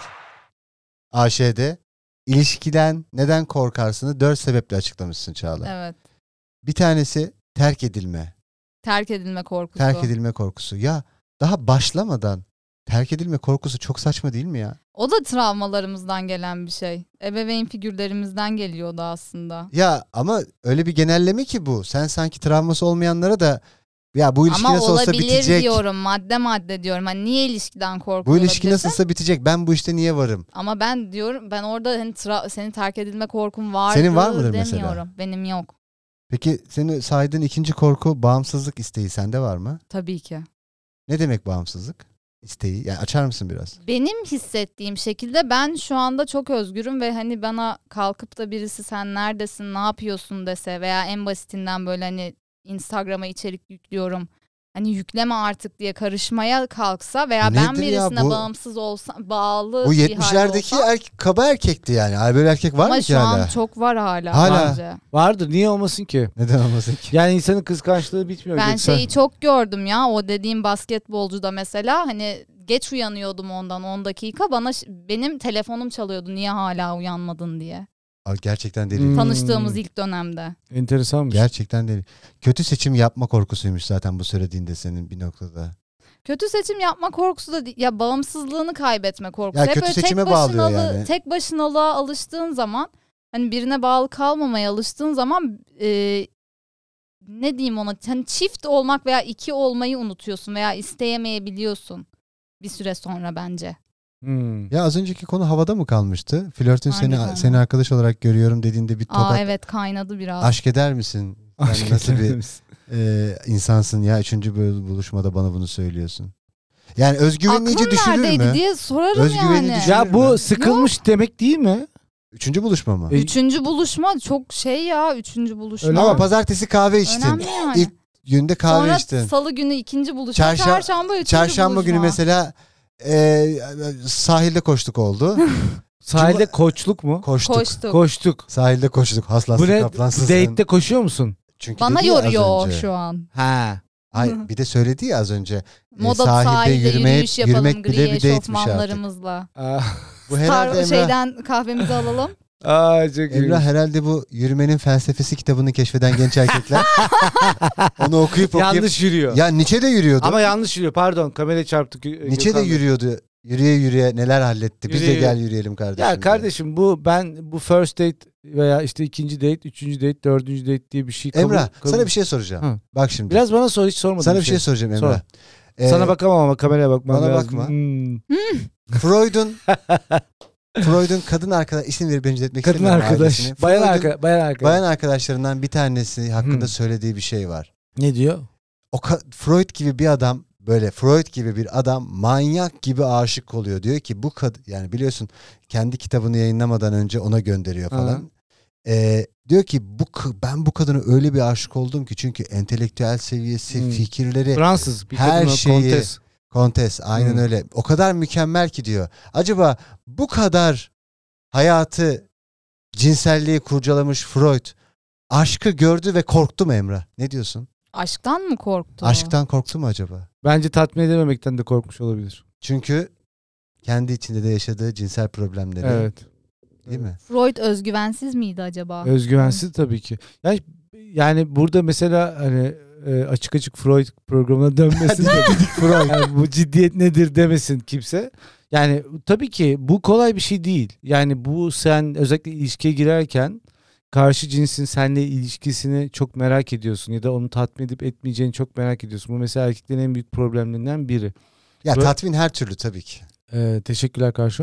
A Ş'de ilişkiden neden korkarsını dört sebeple açıklamışsın Çağla. Evet. Bir tanesi terk edilme. Terk edilme korkusu. Terk edilme korkusu. Ya daha başlamadan terk edilme korkusu çok saçma değil mi ya? O da travmalarımızdan gelen bir şey. Ebeveyn figürlerimizden geliyordu aslında. Ya ama öyle bir genelleme ki bu. Sen sanki travması olmayanlara da ya bu ilişki Ama nasıl olsa olabilir bitecek. diyorum, madde madde diyorum. Hani niye ilişkiden korkuyor Bu ilişki olabilirsin? nasılsa bitecek. Ben bu işte niye varım? Ama ben diyorum, ben orada hani tra- senin terk edilme korkun vardı Senin var mıdır demiyorum. mesela? Benim yok. Peki senin saydığın ikinci korku bağımsızlık isteği sende var mı? Tabii ki. Ne demek bağımsızlık isteği? Yani açar mısın biraz? Benim hissettiğim şekilde ben şu anda çok özgürüm ve hani bana kalkıp da birisi sen neredesin, ne yapıyorsun dese veya en basitinden böyle hani Instagram'a içerik yüklüyorum, hani yükleme artık diye karışmaya kalksa veya Bu ben nedir ya? birisine Bu- bağımsız olsa, bağlı Bu bir hal yetmişlerdeki olsam- erke- kaba erkekti yani. Ay böyle erkek var ama mı ki şu hala? an çok var hala, Hala. bence. Vardır, niye olmasın ki? Neden olmasın ki? Yani insanın kıskançlığı bitmiyor. Ben Göksel. şeyi çok gördüm ya, o dediğim basketbolcuda mesela, hani geç uyanıyordum ondan on dakika, bana ş- benim telefonum çalıyordu niye hala uyanmadın diye. Ay, gerçekten deli. Hmm. Tanıştığımız ilk dönemde. Enteresanmış. Gerçekten deli. Kötü seçim yapma korkusuymuş zaten bu söylediğinde senin bir noktada. Kötü seçim yapma korkusu da değil, ya bağımsızlığını kaybetme korkusu. Ya Hep kötü böyle seçime tek bağlıyor başınalı, yani. tek başınalığa alıştığın zaman, hani birine bağlı kalmamaya alıştığın zaman e, ne diyeyim ona, hani çift olmak veya iki olmayı unutuyorsun veya isteyemeyebiliyorsun bir süre sonra bence. Hmm. Ya az önceki konu havada mı kalmıştı? Flörtün Hangi seni konu? seni arkadaş olarak görüyorum dediğinde bir tokat Aa evet, kaynadı biraz. aşk eder misin? Sen Aşk nasıl eder bir misin? e, insansın ya? Üçüncü böyle buluşmada bana bunu söylüyorsun. Yani özgüvenini iyice Aklım düşürür neredeydi mü? diye sorarım Özgüvenini yani. düşürür. Ya bu sıkılmış demek değil mi? Üçüncü buluşma mı? E, Üçüncü buluşma çok şey ya, üçüncü buluşma. Öyle Ama pazartesi kahve içtin. Önemli yani. İlk günde kahve Sonra içtin. salı günü ikinci buluşma, Çarşa- çarşamba üçüncü Çarşamba buluşma. günü mesela e, sahilde koştuk oldu. Sahilde Cuma- koçluk mu? Koştuk. Koştuk. Koştuk. Sahilde koştuk. Bu Haslansın ne? kaplansın sen. Date'de koşuyor musun? Çünkü Bana dedi ya az yoruyor o önce. şu an. Ha. Ay, bir de söyledi ya az önce. e, Moda sahilde, yürümek, yürüyüş yapalım yürümek gri bile bir date'miş artık. eşofmanlarımızla. Aa, Bu herhalde Star Emrah, şeyden kahvemizi alalım. Aa, çok iyi. Emrah herhalde bu Yürümenin Felsefesi kitabını keşfeden genç erkekler. Onu okuyup okuyup. Yanlış yürüyor. Ya Nietzsche de yürüyordu. Ama yanlış yürüyor. Pardon, kameraya çarptık. Gö- Nietzsche de Gökhan Bey. yürüyordu. Yürüye yürüye neler halletti. Biz de Yürüye- gel yürüyelim kardeşim. Ya diye. kardeşim, bu ben bu first date veya işte ikinci date, üçüncü date, dördüncü date diye bir şey kabul, Emrah kabul- sana bir şey soracağım. Hı. Bak şimdi. Biraz bana sor, hiç sormadın. sana bir şey soracağım Emrah. Sor. Ee, Sana bakamam ama kameraya bakmam bana lazım. bakma. Hmm. Freud'un Freud'un kadın arkadaş isim verip bencil etmek Kadın istemiyorum arkadaş. ailesini. Bayan, Freud'un arka, bayan arkadaş. bayan arkadaşlarından bir tanesi hakkında Hmm. söylediği bir şey var. Ne diyor? O ka- Freud gibi bir adam böyle Freud gibi bir adam manyak gibi aşık oluyor. Diyor ki bu kad yani biliyorsun kendi kitabını yayınlamadan önce ona gönderiyor falan. Aha. Ee, diyor ki bu ben bu kadına öyle bir aşık oldum ki çünkü entelektüel seviyesi, Hmm. fikirleri, Fransız bir her kadın o, şeyi- kontes. kontes aynen Hmm. öyle. O kadar mükemmel ki diyor. Acaba bu kadar hayatı, cinselliği kurcalamış Freud aşkı gördü ve korktu mu Emrah? Ne diyorsun? Aşktan mı korktu? Aşktan korktu mu acaba? Bence tatmin edememekten de korkmuş olabilir. Çünkü kendi içinde de yaşadığı cinsel problemleri Evet. değil mi? Freud özgüvensiz miydi acaba? Özgüvensiz tabii ki. Yani, yani burada mesela hani e, açık açık Freud programına dönmesin. Yani bu ciddiyet nedir demesin kimse. Yani tabii ki bu kolay bir şey değil. Yani bu sen özellikle ilişkiye girerken karşı cinsin seninle ilişkisini çok merak ediyorsun ya da onu tatmin edip etmeyeceğini çok merak ediyorsun. Bu mesela erkeklerin en büyük problemlerinden biri. Ya Freud- tatmin her türlü tabii ki. Ee, teşekkürler Karşo.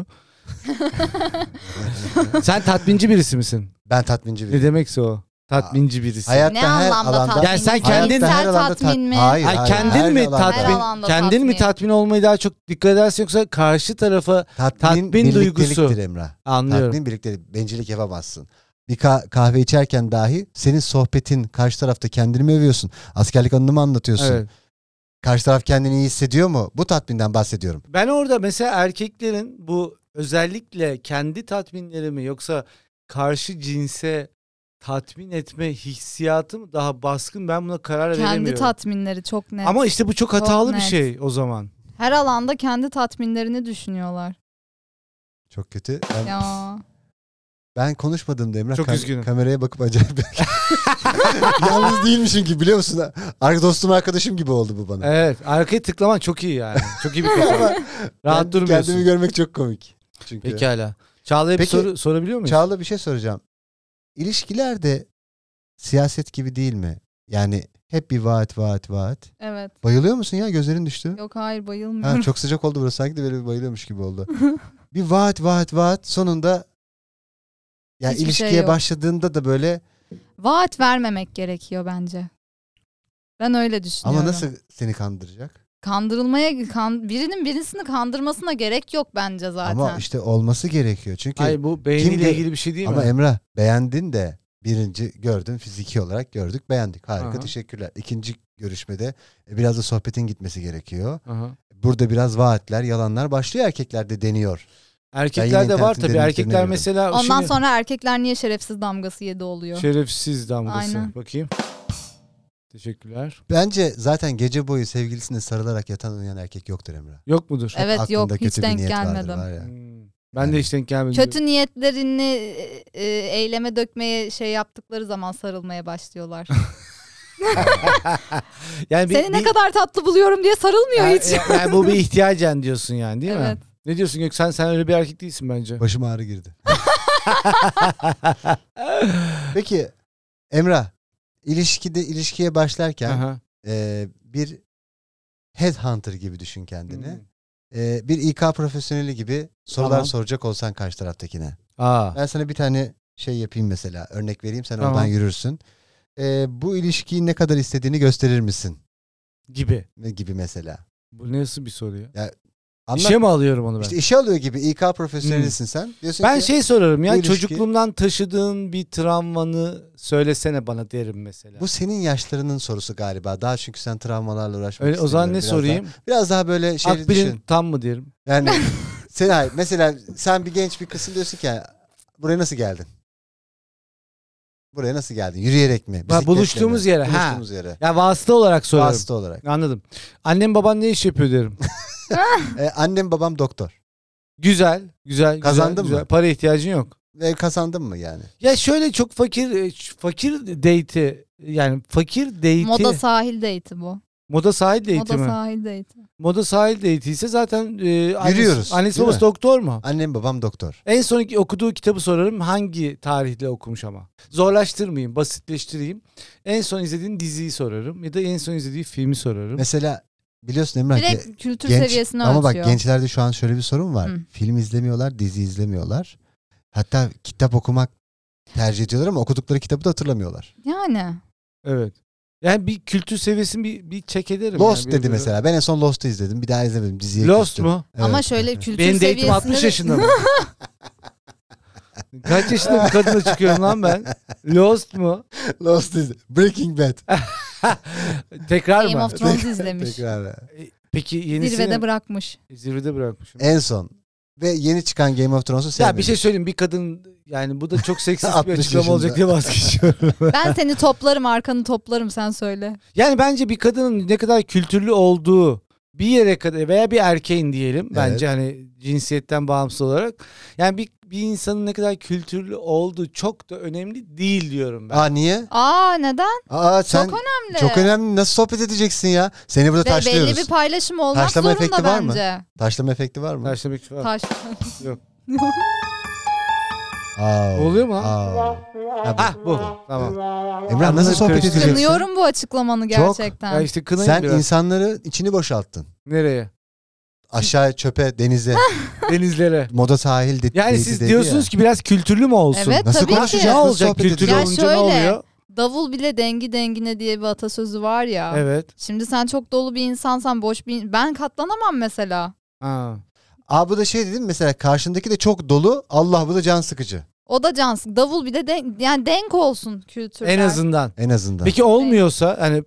Sen tatminci birisi misin? Ben tatminci Ne biriyim. demekse o. Tatminci birisi. Hayatta Ne her anlamda alanda. tatmin? Yani sen Hayatta kendin- her Cinsel alanda tatmin tat- mi? Hayır, Ay, hayır. kendin her mi alanda. Her tatmin? alanda Kendin mi tatmin. tatmin olmayı daha çok dikkat edersin yoksa karşı tarafa Tatmin, tatmin birlikteliktir duygusu. Emrah. anlıyorum. Tatmin birliktelik. Bencillik yapamazsın. Bir ka- kahve içerken dahi senin sohbetin karşı tarafta kendini mi övüyorsun? Askerlik anını mı anlatıyorsun? Evet. Karşı taraf kendini iyi hissediyor mu? Bu tatminden bahsediyorum. Ben orada mesela erkeklerin bu özellikle kendi tatminleri mi yoksa karşı cinse tatmin etme hissiyatı mı daha baskın, ben buna karar Kendi veremiyorum. tatminleri çok net. Ama işte bu çok hatalı bir net. şey o zaman. Her alanda kendi tatminlerini düşünüyorlar. Çok kötü. Ben, Ya. ben konuşmadığımda Emrah Çok kam- üzgünüm. kameraya bakıp acayip yalnız değilmişim gibi biliyor musun? Ar- dostum arkadaşım gibi oldu bu bana. Evet, arkaya tıklaman çok iyi yani. Çok iyi bir kafa. Rahat Ben durmuyorsun. Kendimi görmek çok komik. Çünkü. Pekala. Çağla'ya bir Peki, soru sorabiliyor muyuz? Çağla bir şey soracağım. İlişkiler de siyaset gibi değil mi? Yani hep bir vaat vaat vaat. Evet. Bayılıyor musun ya? Gözlerin düştü. Yok hayır bayılmıyorum. Ha, çok sıcak oldu burası. Sanki de böyle bir bayılıyormuş gibi oldu. Bir vaat vaat vaat sonunda ya Hiçbir ilişkiye şey yok. başladığında da böyle Vaat vermemek gerekiyor bence. Ben öyle düşünüyorum. ama nasıl seni kandıracak? Kandırılmaya kan, birinin birisini kandırmasına gerek yok bence zaten. Ama işte olması gerekiyor. Çünkü Hayır, bu beyniyle Kim gö- ilgili bir şey değil ama mi? Emrah beğendin de birinci gördün fiziki olarak gördük beğendik. Harika Aha. teşekkürler. İkinci görüşmede e, biraz da sohbetin gitmesi gerekiyor. Aha. Burada biraz vaatler, yalanlar başlıyor, erkeklerde deniyor. Ben Erkeklerde yine var internetin tabii. derinliklerine Erkekler giriyorum. mesela Ondan şimdi- sonra erkekler niye şerefsiz damgası yedi oluyor. şerefsiz damgası. Aynen. Bakayım. Teşekkürler. Bence zaten gece boyu sevgilisine sarılarak yatan uyuyan erkek yoktur Emrah. Yok mudur? Evet Aklında yok kötü hiç bir denk niyet vardır, gelmedim. var ya. Hmm. Ben Yani. de hiç denk gelmedim. Kötü niyetlerini e, e, eyleme dökmeye şey yaptıkları zaman sarılmaya başlıyorlar. Yani bir- Seni ne bir- kadar tatlı buluyorum diye sarılmıyor yani, hiç. yani bu bir ihtiyacen diyorsun yani, değil Evet. mi? Ne diyorsun Göksen? Sen öyle bir erkek değilsin bence. Başıma ağrı girdi. Peki Emrah, ilişkide ilişkiye başlarken Aha. e, bir headhunter gibi düşün kendini. Hmm. E, bir İK profesyoneli gibi sorular Tamam. soracak olsan karşı taraftakine. Aa. Ben sana bir tane şey yapayım mesela. Örnek vereyim, sen Tamam. oradan yürürsün. E, bu ilişkiyi ne kadar istediğini gösterir misin? Gibi. Ve gibi mesela. Bu nasıl bir soru ya? Anlat. İşe mi alıyorum onu ben? İşte işe alıyor gibi İK profesyonelisin sen. Diyorsun Ben ki, şey sorarım ya, bu ilişki- çocukluğumdan taşıdığın bir travmanı söylesene bana derim mesela. bu senin yaşlarının sorusu galiba. Daha çünkü sen travmalarla uğraşmak Öyle, o zaman ne istemiyorum. Biraz sorayım? Daha, biraz daha böyle şey Akbil'in düşün. tam mı derim? Yani sen hayır, mesela sen bir genç bir kızsın, diyorsun ki buraya nasıl geldin? Buraya nasıl geldin? Yürüyerek mi? Bisikletle buluştuğumuz mi? yere, ha. Buluştuğumuz yere. Ya vasıta olarak sorarım. Vasıta olarak. Anladım. Annem baban ne iş yapıyor derim. Ee, annem babam doktor. Güzel, güzel, Kazandın güzel, mı? güzel. Para ihtiyacın yok. Ve kazandın mı yani? Ya şöyle çok fakir e, fakir date'i, yani fakir date'i Moda sahil date'i bu. moda sahil date'i Moda mi? sahil date'i. Moda sahil date'i ise zaten e, annesi, Yürüyoruz, annesi değil babası mi? doktor mu? Annem babam doktor. En son iki- okuduğu kitabı sorarım, hangi tarihle okumuş ama. Zorlaştırmayayım, basitleştireyim. En son izlediğin diziyi sorarım ya da en son izlediği filmi sorarım. Mesela biliyorsun Emrah. ge- Direkt kültür genç- seviyesini Ama bak ölçüyor. gençlerde şu an şöyle bir sorun var. Hı. Film izlemiyorlar, dizi izlemiyorlar. Hatta kitap okumak tercih ediyorlar ama okudukları kitabı da hatırlamıyorlar. Yani. Evet. Yani bir kültür seviyesini bir, bir check ederim. Lost yani. Bir- dedi bir- mesela. Ben en son Lost'u izledim. Bir daha izlemedim. Diziye Lost küstüm. mu? Evet. Ama şöyle kültür Benim date'im seviyesinde altmış de- yaşında mı? Kaç yaşında bir kadınla çıkıyorum lan ben? Lost mu? Lost izle. Breaking Bad. Tekrar Game mı? of Thrones izlemiş. Tekrar. E, Peki yenisini Zirvede bırakmış. zirvede bırakmışım. En son. Ve yeni çıkan Game of Thrones'u sevmedim. Ya bir şey söyleyeyim, bir kadın, yani bu da çok seksist bir altmış açıklama yaşında. olacak diye vazgeçiyorum. Ben seni toplarım, arkanı toplarım, sen söyle. Yani bence bir kadının ne kadar kültürlü olduğu bir yere kadar, veya bir erkeğin diyelim, bence hani cinsiyetten bağımsız olarak, yani bir bir insanın ne kadar kültürlü olduğu çok da önemli değil diyorum ben. Aa niye? Aa neden? Aa sen Çok önemli. çok önemli. Nasıl sohbet edeceksin ya? Seni burada Ve taşlıyoruz. belli bir paylaşım olmak Taşlama zorunda efekti var mı? bence. Taşlama efekti var mı? Karşılamak var. Taş. Yok. Aa, Oluyor mu? aa. Ha, Ah bu. Tamam. Emrah nasıl sohbet Karıştırıyorum. edeceksin? Kınıyorum bu açıklamanı Çok. gerçekten. Ya işte kınayım Sen biraz. insanları içini boşalttın. Nereye? Aşağı çöpe, denize, Denizlere. moda sahil de, Yani dedi- siz dedi diyorsunuz ya. ki biraz kültürlü mü olsun? Evet, Nasıl tabii ki. konuşacağız? Ne Nasıl olacak sohbet kültürlü edeceğiz? olunca ne Ya şöyle. oluyor? Davul bile dengi dengine diye bir atasözü var ya. Evet. Şimdi sen çok dolu bir insansan, boş bir... Ben katlanamam mesela. Ha. Aa bu da şey dedim mesela karşındaki de çok dolu. Allah bu da can sıkıcı. O da can sık. Davul bile de, yani denk olsun kültürler. En azından. En azından. Peki olmuyorsa hani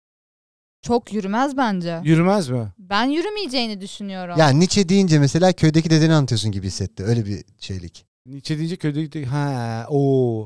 Çok yürümez bence. yürümez mi? Ben yürümeyeceğini düşünüyorum. Ya Nietzsche deyince mesela köydeki dedeni anlatıyorsun gibi hissetti. Öyle bir şeylik. Nietzsche deyince köydeki... Ha, o.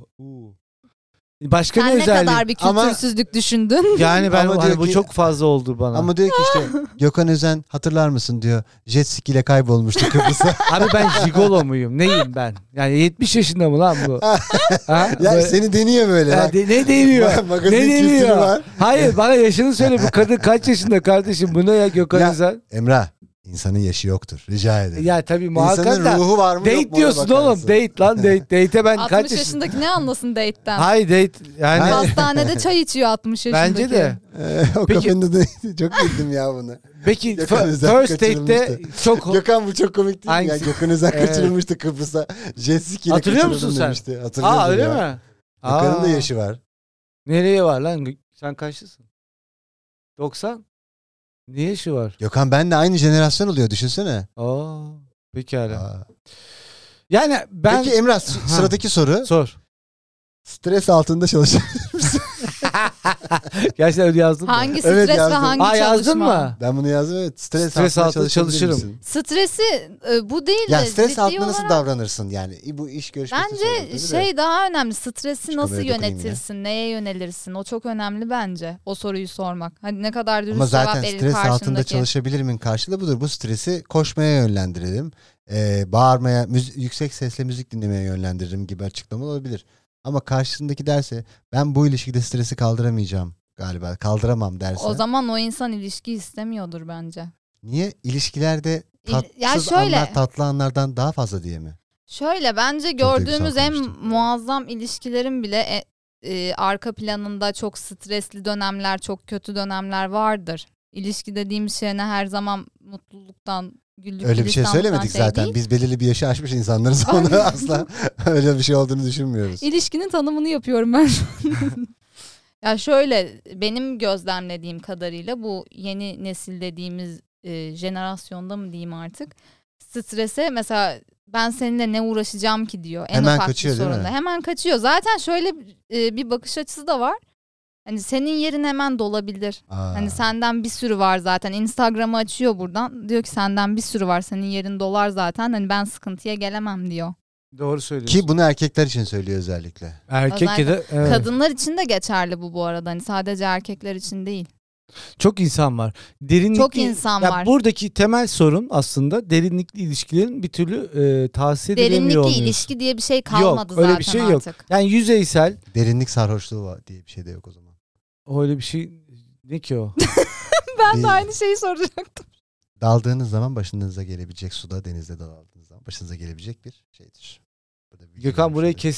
Başka Sen ne ne özellik? kadar bir Ama- kültürsüzlük düşündün. Yani ben Ama hani diyor bu ki- çok fazla oldu bana. Ama diyor ki işte Gökhan Özen hatırlar mısın diyor. Jet ski ile kaybolmuştu Kıbrıs'a. Abi ben jigolo muyum? Neyim ben? Yani yetmiş yaşında mı lan bu? Ha? ya Böyle- seni deniyor böyle. Ya bak. de- ne deniyor? Ma- magazin ne kültürü deniyor? var. Hayır, bana yaşını söyle. Bu kadın kaç yaşında kardeşim? Bu ne ya Gökhan Ya, Özen? Emrah insanın yaşı yoktur. Rica ederim. Ya tabii muhakkak İnsanın da. ruhu var mı yok mu Date ona diyorsun bakarsın. oğlum. Date lan date. Date'e ben kaç altmış yaşında? yaşındaki ne anlasın date'ten? Hayır date. Yani Hastanede çay içiyor altmış yaşındaki. bence de. Ee, o Peki- kafenin adı neydi? Çok güldüm ya bunu. Peki Gökhan f- Özen first date'te çok... Gökhan bu çok komik değil mi ya? Hangisi? Gökhan Özen Evet. kaçırılmıştı Kıbrıs'a. Jet ski ile Hatırlıyor musun kaçırıldım sen? demişti. Hatırlıyorum Aa öyle ya. mi? Gökhan'ın da Aa. yaşı var. Nereye var lan? Sen kaçlısın? doksan? Ne yaşı var? Gökhan benle aynı jenerasyon oluyor düşünsene. Aa, pekala. Aa. Yani ben... Peki Emrah s- Ha. sıradaki soru. Sor. Stres altında çalışan. Gerçekten öyle yazdın mı? Hangi Evet, stres ve yazdım. hangi Aa çalışma? yazdın mı? Ben bunu yazdım evet. Stres, Stres altında altında çalışabilir çalışırım. misin? Stresi e, bu değil Ya de stres ciddi altında nasıl olarak- davranırsın yani? Bu iş görüşmesi Bence şey daha önemli. Stresi Şu nasıl kameraya dokunayım yönetirsin? Neye yönelirsin? O çok önemli bence. O soruyu sormak. Hani ne kadar dürüst Ama cevap zaten verir stres altında karşındaki. çalışabilir miyim karşılığı budur. Bu stresi koşmaya yönlendirelim. Ee, bağırmaya, müzi- yüksek sesle müzik dinlemeye yönlendiririm gibi açıklama olabilir. Ama karşısındaki derse ben bu ilişkide stresi kaldıramayacağım galiba. Kaldıramam derse. O zaman o insan ilişki istemiyordur bence. Niye? İlişkilerde İl- tatsız ya şöyle- anlar tatlı anlardan daha fazla diye mi? Şöyle bence duygusal gördüğümüz en konuştum. muazzam ilişkilerin bile e, e, arka planında çok stresli dönemler, çok kötü dönemler vardır. İlişki dediğimiz şey ne her zaman mutluluktan, güllük Öyle bir şey gülistanlıktan söylemedik şey zaten. değil. Biz belirli bir yaşı aşmış insanlarız. Onu asla öyle bir şey olduğunu düşünmüyoruz. İlişkinin tanımını yapıyorum ben şu an. Ya şöyle benim gözlemlediğim kadarıyla bu yeni nesil dediğimiz e, jenerasyonda mı diyeyim artık strese mesela ben seninle ne uğraşacağım ki diyor en Hemen ufak kaçıyor, bir değil mi? sorunda. Hemen kaçıyor. Zaten şöyle e, bir bakış açısı da var. Hani senin yerin hemen dolabilir. Aa. Hani senden bir sürü var zaten. Instagram'ı açıyor buradan. Diyor ki senden bir sürü var. Senin yerin dolar zaten. Hani ben sıkıntıya gelemem diyor. Doğru söylüyorsun. Ki bunu erkekler için söylüyor özellikle. Erkek ya da... evet. Kadınlar için de geçerli bu bu arada. Hani sadece erkekler için değil. Çok insan var. Derinlikli, Çok insan ya var. Buradaki temel sorun aslında derinlikli ilişkilerin bir türlü e, tahsis edilemiyor Derinlikli olması. ilişki diye bir şey kalmadı Yok, öyle zaten bir şey yok. artık. Yani yüzeysel, Derinlik sarhoşluğu var diye bir şey de yok o zaman. öyle bir şey ne ki o? Ben Bir- de aynı şeyi soracaktım. Daldığınız zaman başınıza gelebilecek suda denizde daldığınız zaman başınıza gelebilecek bir şeydir. Bu da bir Gökhan bir burayı şeydir. keselim.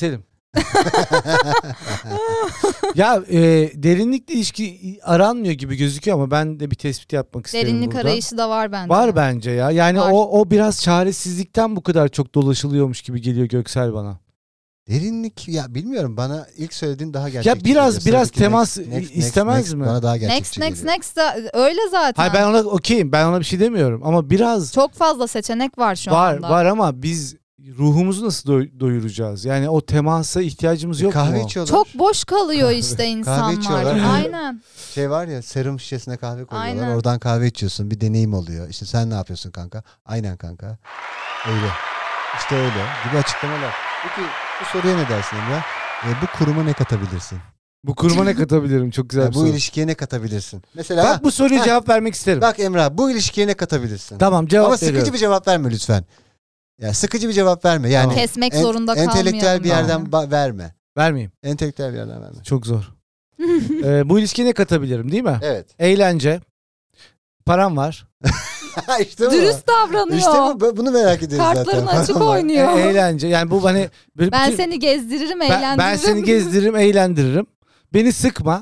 Ya e, derinlikle ilişki aranmıyor gibi gözüküyor ama ben de bir tespit yapmak isterim Derinlik burada. arayışı da var bence. Var bence ya. Yani Var. o o biraz çaresizlikten bu kadar çok dolaşılıyormuş gibi geliyor Göksel bana. Derinlik ya bilmiyorum, bana ilk söylediğin daha gerçekçi. Ya biraz geliyor. biraz Sıradaki temas next, next, istemez next, mi? Bana daha Next gerçekçi next geliyor. next de öyle zaten. Hayır ben ona okeyim. Ben ona bir şey demiyorum ama biraz Çok fazla seçenek var şu var anda. var ama biz ruhumuzu nasıl doy- doyuracağız? Yani o temasa ihtiyacımız yok Kahve mu? içiyorlar. Çok boş kalıyor işte insanlar. içiyorlar. Aynen. Şey var ya, serum şişesine kahve koyuyorlar. Aynen. Oradan kahve içiyorsun. Bir deneyim oluyor. İşte sen ne yapıyorsun kanka? Aynen kanka. Öyle. İşte öyle gibi açıklamalar. Peki bu soruya ne dersin Emrah? E, bu kuruma ne katabilirsin? Bu kuruma ne katabilirim? Çok güzel Yani bir bu soru. ilişkiye ne katabilirsin? Mesela Bak bu soruya Ha. cevap vermek isterim. bak Emrah, bu ilişkiye ne katabilirsin? Tamam cevap Ama veriyorum. sıkıcı bir cevap verme lütfen. Ya sıkıcı bir cevap verme. Yani Tamam. Kesmek en- zorunda kalmayalım. entelektüel bir yerden yani. ba- verme. Vermeyeyim. Entelektüel bir yerden verme. Çok zor. Ee, bu ilişkiye ne katabilirim değil mi? Evet. Eğlence. Param var. işte bu. Dürüst davranıyor. İşte bu. Bu- Bunu merak ediyoruz zaten. Kartların açık Tamam. E, oynuyor. eğlence. Yani bu hani böyle Ben bütün- seni gezdiririm, ben, eğlendiririm. ben seni gezdiririm, eğlendiririm. Beni sıkma.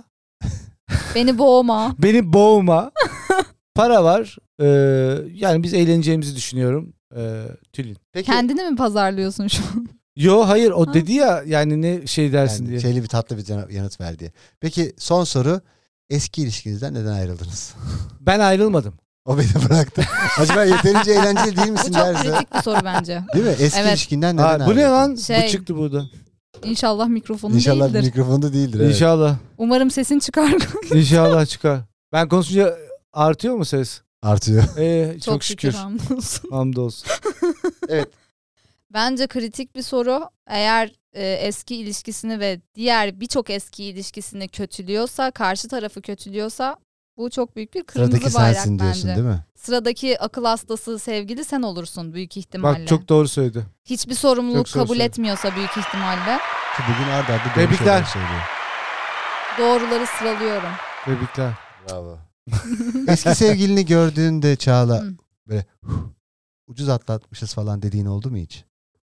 Beni boğma. Beni boğma. Para var. Ee, yani biz eğleneceğimizi düşünüyorum. Ee, Tülin. Peki. Kendini mi pazarlıyorsun şu an? Yo hayır o Ha. dedi ya yani ne şey dersin Yani diye. şeyli bir tatlı bir cana- yanıt ver diye. Peki son soru. Eski ilişkinizden neden ayrıldınız? Ben ayrılmadım. O beni bıraktı. Acaba yeterince eğlenceli değil Bu misin çok derse? kritik bir soru bence. Değil mi? Eski Evet. ilişkinden neden Aa, bu ne ayrıldın? lan? Şey- Bu çıktı burada. İnşallah mikrofonun İnşallah değildir. mikrofonda değildir. Evet. İnşallah. Umarım sesin çıkar. İnşallah çıkar. Ben konuşunca artıyor mu ses? Artıyor. Ee, çok, Çok şükür. şükür hamdolsun. Hamdolsun. Evet. Bence kritik bir soru. Eğer e, eski ilişkisini ve diğer birçok eski ilişkisini kötülüyorsa, karşı tarafı kötülüyorsa bu çok büyük bir kırmızı Sıradaki bayrak sensin diyorsun bence. değil mi? Sıradaki akıl hastası sevgili sen olursun büyük ihtimalle. Bak çok doğru söyledi. Hiçbir sorumluluk Çok doğru kabul söyledi. etmiyorsa büyük ihtimalle. Ki bugün arda arda doğru Tebrikler. şeyler söylüyor. Doğruları sıralıyorum. Tebrikler. Bravo. Eski sevgilini gördüğünde Çağla Hı. böyle "Huh, ucuz atlatmışız falan dediğin oldu mu hiç?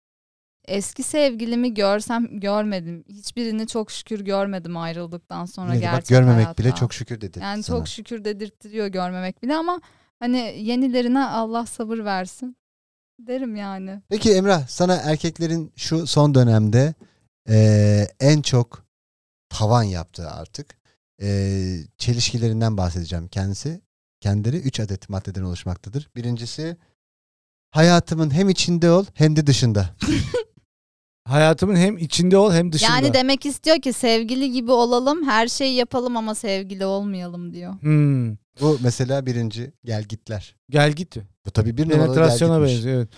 Eski sevgilimi görsem görmedim. Hiçbirini çok şükür görmedim ayrıldıktan sonra Yine de gerçek bak görmemek hayatta. bile çok şükür dedi Yani sana. çok şükür dedirttiriyor görmemek bile ama hani yenilerine Allah sabır versin derim yani. Peki Emrah, sana erkeklerin şu son dönemde eee, en çok tavan yaptığı artık eee, çelişkilerinden bahsedeceğim. Kendisi, kendileri üç adet maddeden oluşmaktadır. Birincisi, hayatımın hem içinde ol hem de dışında. Hayatımın hem içinde ol hem dışında. Yani demek istiyor ki sevgili gibi olalım, her şeyi yapalım ama sevgili olmayalım diyor. Hmm. Bu mesela birinci gel gitler. Gel git. Bu tabii bir numaralı gel Penetrasyona gitmiş. benziyor. Evet.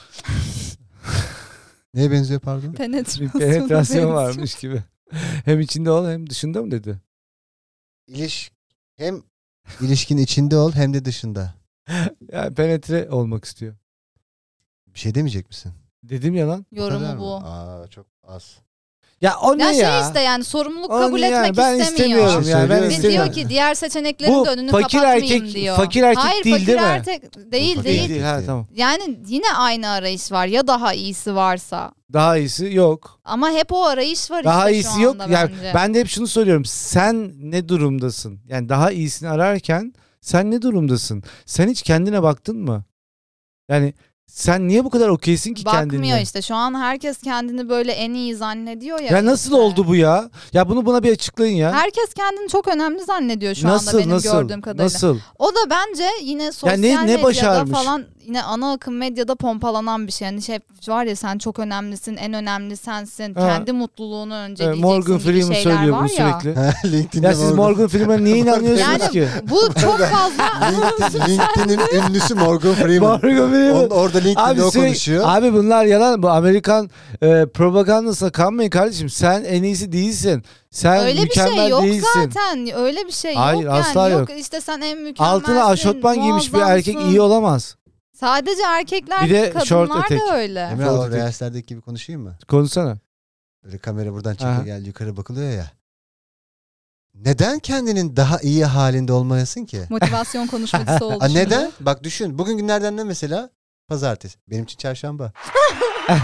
Neye benziyor pardon? Bir Penetrasyon, penetrasyon benziyor. varmış gibi. Hem içinde ol hem dışında mı dedi? İliş hem ilişkinin içinde ol hem de dışında. Yani penetre olmak istiyor. Bir şey demeyecek misin? Dedim ya lan. Bu kadar Yorumu mı? bu. Aa çok az. Ya o ne Ya ya? şey işte yani sorumluluk O kabul ne yani? etmek Ben istemiyor. istemiyorum Şey yani. Ben söylüyorum. Ve istemiyorum. diyor ki diğer seçeneklerin Bu de önünü fakir kapatmayayım erkek- diyor. fakir erkek Hayır, değil, fakir değil mi? erkek değil fakir değil. erkek. Değil, ha değil. tamam. Yani yine aynı arayış var ya daha iyisi varsa. Daha iyisi yok. Ama hep o arayış var Daha işte şu iyisi yok. anda Yani bence. ben de hep şunu soruyorum. Sen ne durumdasın? Yani daha iyisini ararken sen ne durumdasın? Sen hiç kendine baktın mı? Yani sen niye bu kadar okeysin ki Bakmıyor kendine? işte. Şu an herkes kendini böyle en iyi zannediyor ya. Ya nasıl işte. oldu bu ya? Ya bunu buna bir açıklayın ya. Herkes kendini çok önemli zannediyor şu nasıl anda benim nasıl? gördüğüm kadarıyla. Nasıl? O da bence yine sosyal ne- ne medyada başarmış? falan yine ana akım medyada pompalanan bir şey. Yani şey var ya sen çok önemlisin, en önemli sensin. Ha. Kendi mutluluğunu önce Evet, diyeceksin Morgan gibi Freeman şeyler söylüyor var bunu ya. sürekli. LinkedIn'de Ya siz Morgan Freeman'a niye inanıyorsunuz Yani ki? bu çok fazla LinkedIn, LinkedIn'in ünlüsü Morgan Freeman. Morgan Freeman. On- orada LinkedIn'de Abi, o sürekli- konuşuyor. abi bunlar yalan. Bu Amerikan e, propagandasına kanmayın kardeşim. Sen en iyisi değilsin. Sen öyle bir mükemmel şey yok değilsin. zaten. Öyle bir şey Hayır, yok yani. asla yok. İşte sen en mükemmelsin. Altına aşotman giymiş bir erkek muazzamsın. iyi olamaz. Sadece erkekler Bir de değil, short kadınlar etek. da öyle. Emre Çok o öteki. Reels'lerdeki gibi konuşayım mı? Konuşsana. Böyle kamera buradan Aha. çekiyor gel yukarı bakılıyor ya. Neden kendinin daha iyi halinde olmayasın ki? Motivasyon konuşmacısı oldu Aa, şimdi. neden? Bak düşün. Bugün günlerden ne mesela? Pazartesi. Benim için çarşamba.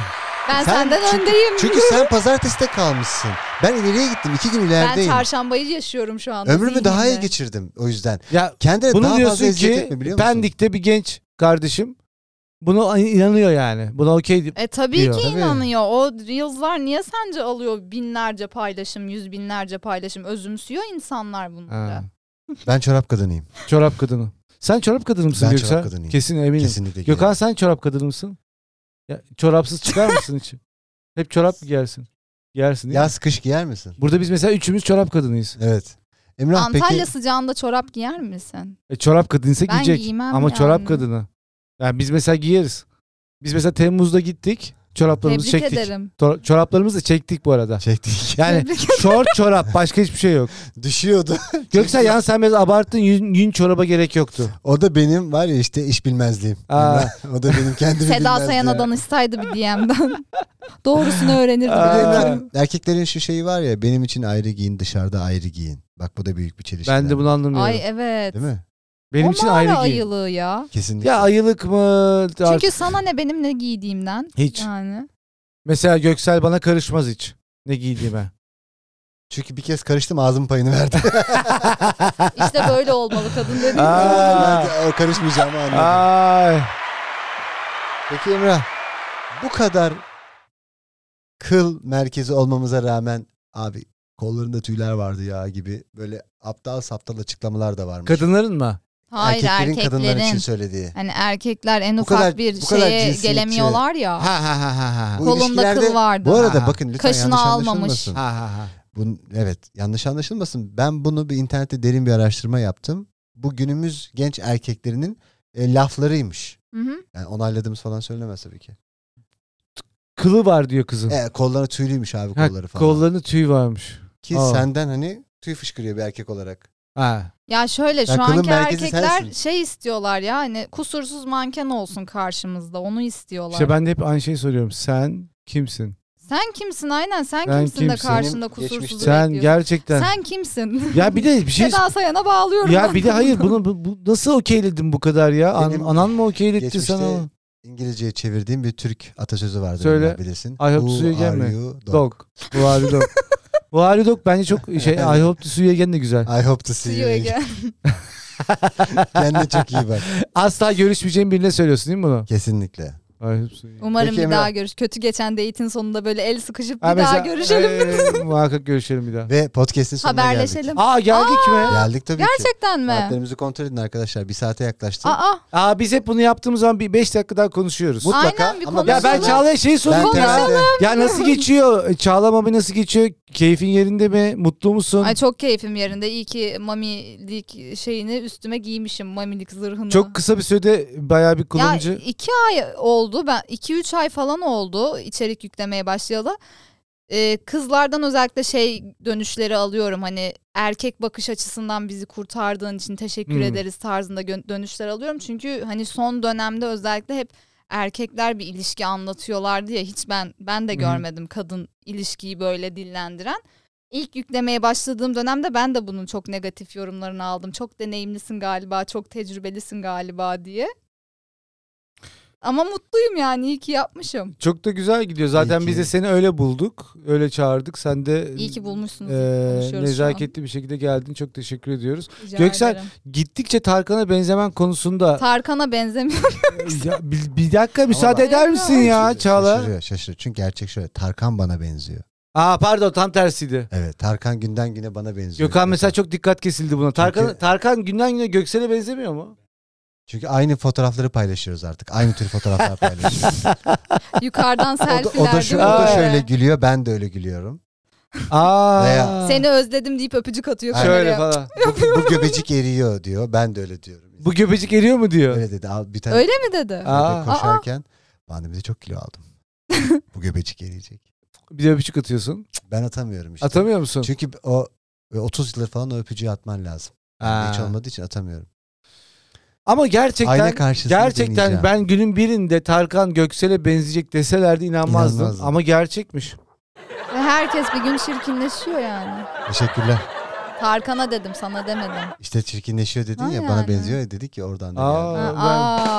Ben Sen- senden çünkü- öndeyim. Çünkü sen pazarteside kalmışsın. Ben ileriye gittim. iki gün Ben ilerideyim. çarşambayı yaşıyorum şu anda. Ömrümü daha iyi zihnimde. geçirdim o yüzden. Ya Kendine bunu daha fazla diyorsun eziyet ki etme biliyor musun? Pendik'te bir genç kardeşim buna inanıyor yani. Buna okey. E tabii diyor. ki Tabii. inanıyor. O Reels'lar niye sence alıyor binlerce paylaşım, yüz binlerce paylaşım? Özümsüyor insanlar bunları. Ha. Ben çorap kadınıyım. Çorap kadını. Sen çorap kadını mısın Ben Göksel? çorap kadınıyım. Kesin eminim. Kesinlikle. Gökhan sen çorap kadını mısın? Ya, çorapsız çıkar mısın hiç? Hep çorap mı giyersin? Giyersin değil mi? Yaz kış giyer misin? Burada biz mesela üçümüz çorap kadınıyız. Evet. Emrah Antalya peki sıcağında çorap giyer misin? E, çorap kadınsa Ben giyecek. giymem Ama yani. çorap kadını. Yani biz mesela giyeriz. Biz mesela Temmuz'da gittik. Çoraplarımızı Tebrik çektik. ederim. To- çoraplarımızı da çektik bu arada. çektik. Yani Tebrik şort çorap başka hiçbir şey yok. Düşüyordu. Göksel yani sen biraz abarttın yün, yün çoraba gerek yoktu. O da benim var ya işte iş bilmezliğim. Aa. Emrah, o da benim kendimi Seda bilmezliğim. Sayan'a danışsaydı bir D M'den. Doğrusunu öğrenirdim. Aa. Emrah, erkeklerin şu şeyi var ya benim için ayrı giyin dışarıda ayrı giyin. Bak bu da büyük bir çelişki. Ben de bunu anlamıyorum. Ay evet. Değil mi? Benim o için mağara ayrı giyin. ayılığı ya. Kesinlikle. Ya ayılık mı? Çünkü Artık- sana ne benim ne giydiğimden. Hiç. Yani. Mesela Göksel bana karışmaz hiç. Ne giydiğime. Çünkü bir kez karıştım ağzımın payını verdi. İşte böyle olmalı kadın dediğin. Aa. Ben de o karışmayacağımı anladım. Ay. Peki Emrah bu kadar kıl merkezi olmamıza rağmen abi kollarında tüyler vardı ya gibi böyle aptal saptal açıklamalar da varmış. Kadınların mı? Hayır Erkeklerin, kadınlar için erkeklerin. söylediği. Hani erkekler en Bu ufak kadar- bir bu kadar şeye cinsiyetçi. gelemiyorlar ya. Ha ha ha ha ha. Bu Kolunda ilişkilerde- kıl vardı. Bu arada Ha. bakın lütfen Kaşını yanlış almamış. anlaşılmasın. Ha ha ha. Bu, evet yanlış anlaşılmasın. Ben bunu bir internette derin bir araştırma yaptım. Bu günümüz genç erkeklerinin e, laflarıymış. Hı hı. Yani onayladığımız falan söylenemez tabii ki. Kılı var diyor kızım. E, kolları tüylüymüş abi Ha, kolları falan. kollarında tüy varmış. Ki Aa. senden hani tüy fışkırıyor bir erkek olarak. Ha. Ya şöyle şu Ya kılın anki merkezi erkekler sensin. şey istiyorlar ya hani kusursuz manken olsun karşımızda onu istiyorlar. İşte ben de hep aynı şeyi soruyorum. Sen kimsin? Sen kimsin aynen sen Ben kimsin de kimsin? karşında Benim kusursuzu geçmişte- Sen bekliyorsun. gerçekten. Sen kimsin? Ya bir de bir şey. Seda Sayan'a bağlıyorum. Ya ben bir de hayır bunu bu, bu nasıl okeyledin bu kadar ya? An- Benim anan mı okeyletti geçmişte- sana? İngilizceye çevirdiğim bir Türk atasözü vardır. Söyle. Emrah bilirsin. I hope to Who see you again are mi? you, dog? Dog. Bu hali dog. Bu hali dog bence çok şey. I hope to see you again de güzel. I hope to see See you you again. again. Kendine çok iyi bak. Asla görüşmeyeceğin birine söylüyorsun değil mi bunu? Kesinlikle. I hope to see you. Umarım Peki bir Emrah. daha görüş. Kötü geçen date'in sonunda böyle el sıkışıp bir Ha, daha mesela- görüşelim mi? Ee, muhakkak görüşelim bir daha. Ve podcast'in sonuna geldik. Haberleşelim. Aa geldik mi? Geldik tabii ki. Gerçekten mi? Saatlerimizi kontrol edin arkadaşlar. Bir saate yaklaştı. Aa, Aa biz hep bunu yaptığımız zaman bir beş dakika daha konuşuyoruz. Mutlaka. aynen, bir ama konuşalım. Ya ben Çağla'ya şeyi Ben sorayım ya. temelde- Ya nasıl geçiyor? Çağla Mami nasıl geçiyor? Keyfin yerinde mi? Mutlu musun? ay çok keyfim yerinde. İyi ki mamilik şeyini üstüme giymişim. Mamilik zırhını. Çok kısa bir sürede bayağı bir kullanıcı. Ya iki ay oldu. Ben iki üç ay falan oldu içerik yüklemeye başlayalı. Ee, kızlardan özellikle şey dönüşleri alıyorum. Hani erkek bakış açısından bizi kurtardığın için teşekkür Hmm. ederiz tarzında gö- dönüşler alıyorum. Çünkü hani son dönemde özellikle hep erkekler bir ilişki anlatıyorlardı ya. Hiç ben ben de Hı. görmedim kadın ilişkiyi böyle dillendiren. İlk yüklemeye başladığım dönemde ben de bunun çok negatif yorumlarını aldım. Çok deneyimlisin galiba, çok tecrübelisin galiba diye. Ama mutluyum yani iyi ki yapmışım. Çok da güzel gidiyor. Zaten İyi biz ki. de seni öyle bulduk. Öyle çağırdık. Sen de İyi ki bulmuşsunuz. e, Konuşuyoruz şu an. nezaketli bir şekilde geldin. Çok teşekkür ediyoruz. Rica Göksel, ederim. Gittikçe Tarkan'a benzemen konusunda Tarkan'a benzemiyor. ya, bir, bir dakika müsaade bak- eder misin ya Şaşırıyor, Çağla? Şaşırıyor, şaşırıyor. Çünkü gerçek şöyle. Tarkan bana benziyor. Aa pardon tam tersiydi. Evet. Tarkan günden güne bana benziyor. Gökhan mesela çok dikkat kesildi buna. Tarkan Çünkü- Tarkan günden güne Göksel'e benzemiyor mu? Çünkü aynı fotoğrafları paylaşıyoruz artık. Aynı tür fotoğraflar paylaşıyoruz. Yukarıdan o, da, selfie'ler o da, şu, o değil mi da böyle? şöyle gülüyor. Ben de öyle gülüyorum. Aa. Veya- Seni özledim deyip öpücük atıyor Şöyle kameraya. falan. Bu, bu göbecik eriyor diyor. Ben de öyle diyorum. Bu göbecik eriyor mu diyor. Öyle dedi. Al bir tane Öyle mi dedi? Aa. bebek koşarken pandemide çok kilo aldım. Bu göbecik eriyecek. Bir de öpücük atıyorsun. Ben atamıyorum işte. Atamıyor musun? Çünkü o otuz yıldır falan o öpücüğü atman lazım. Aa. Hiç olmadığı için atamıyorum. Ama gerçekten Ayna karşısında gerçekten deneyeceğim. ben günün birinde Tarkan Göksel'e benzeyecek deselerdi inanmazdım. İnanmazdım. Ama gerçekmiş. Ve herkes bir gün çirkinleşiyor yani. Teşekkürler. Tarkan'a dedim sana demedim. İşte çirkinleşiyor dedin Ha ya yani. bana benziyor ya dedik ya oradan da Aa. geldi. Ha, aa.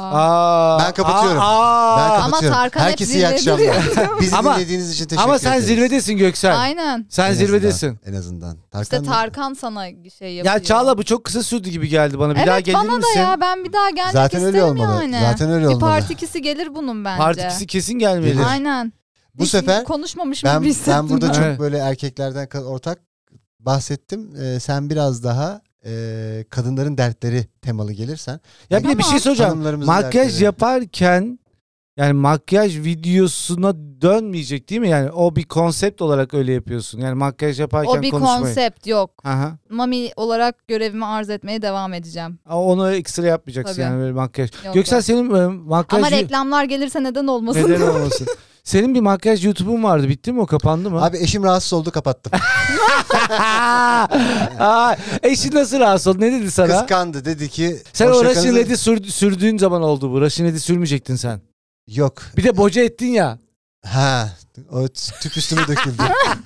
Aa, Ben kapatıyorum. aa, Ben aa. kapatıyorum. Ama Tarkan hep Herkese iyi zirvede akşamlar. Bizi Ama- dinlediğiniz için teşekkür Ama ederiz. sen zirvedesin Göksel. Aynen. Sen En azından, zirvedesin. En azından. Tarkan İşte mı? Tarkan sana şey yapıyor. Ya Çağla bu çok kısa sürdü gibi geldi bana. Bir evet daha gelir bana misin? da ya ben bir daha gelmek Zaten öyle isterim olmalı. yani. Zaten öyle bir olmalı. part ikisi gelir bunun bence. Part ikisi kesin gelmeli. Gelir. Aynen. Bu Hiç sefer konuşmamışım Ben gibi hissettim. ben burada ben. çok Evet. böyle erkeklerden ka- ortak bahsettim. Ee, sen biraz daha e, kadınların dertleri temalı gelirsen. Ya bir de bir Tamam. şey soracağım. Hanımlarımızın Makyaj dertleri. yaparken yani makyaj videosuna dönmeyecek değil mi? Yani o bir konsept olarak öyle yapıyorsun. Yani makyaj yaparken O bir konuşmayı. konsept yok. Aha. Mami olarak görevimi arz etmeye devam edeceğim. Ama onu ekstra yapmayacaksın Tabii. yani böyle makyaj. Yok, Göksel yok. senin e, makyaj Ama reklamlar gelirse neden olmasın? neden olmasın? Senin bir makyaj YouTube'un vardı. Bitti mi o? Kapandı mı? Abi eşim rahatsız oldu, kapattım. Aa, eşin nasıl rahatsız oldu? Ne dedi sana? Kıskandı, dedi ki. Sen o o şakanızı- Russian Red'i sür- sürdüğün zaman oldu bu. Russian Red'i sürmeyecektin sen. Yok. Bir de boca ettin ya. Ha. O t- tüp üstüme döküldü.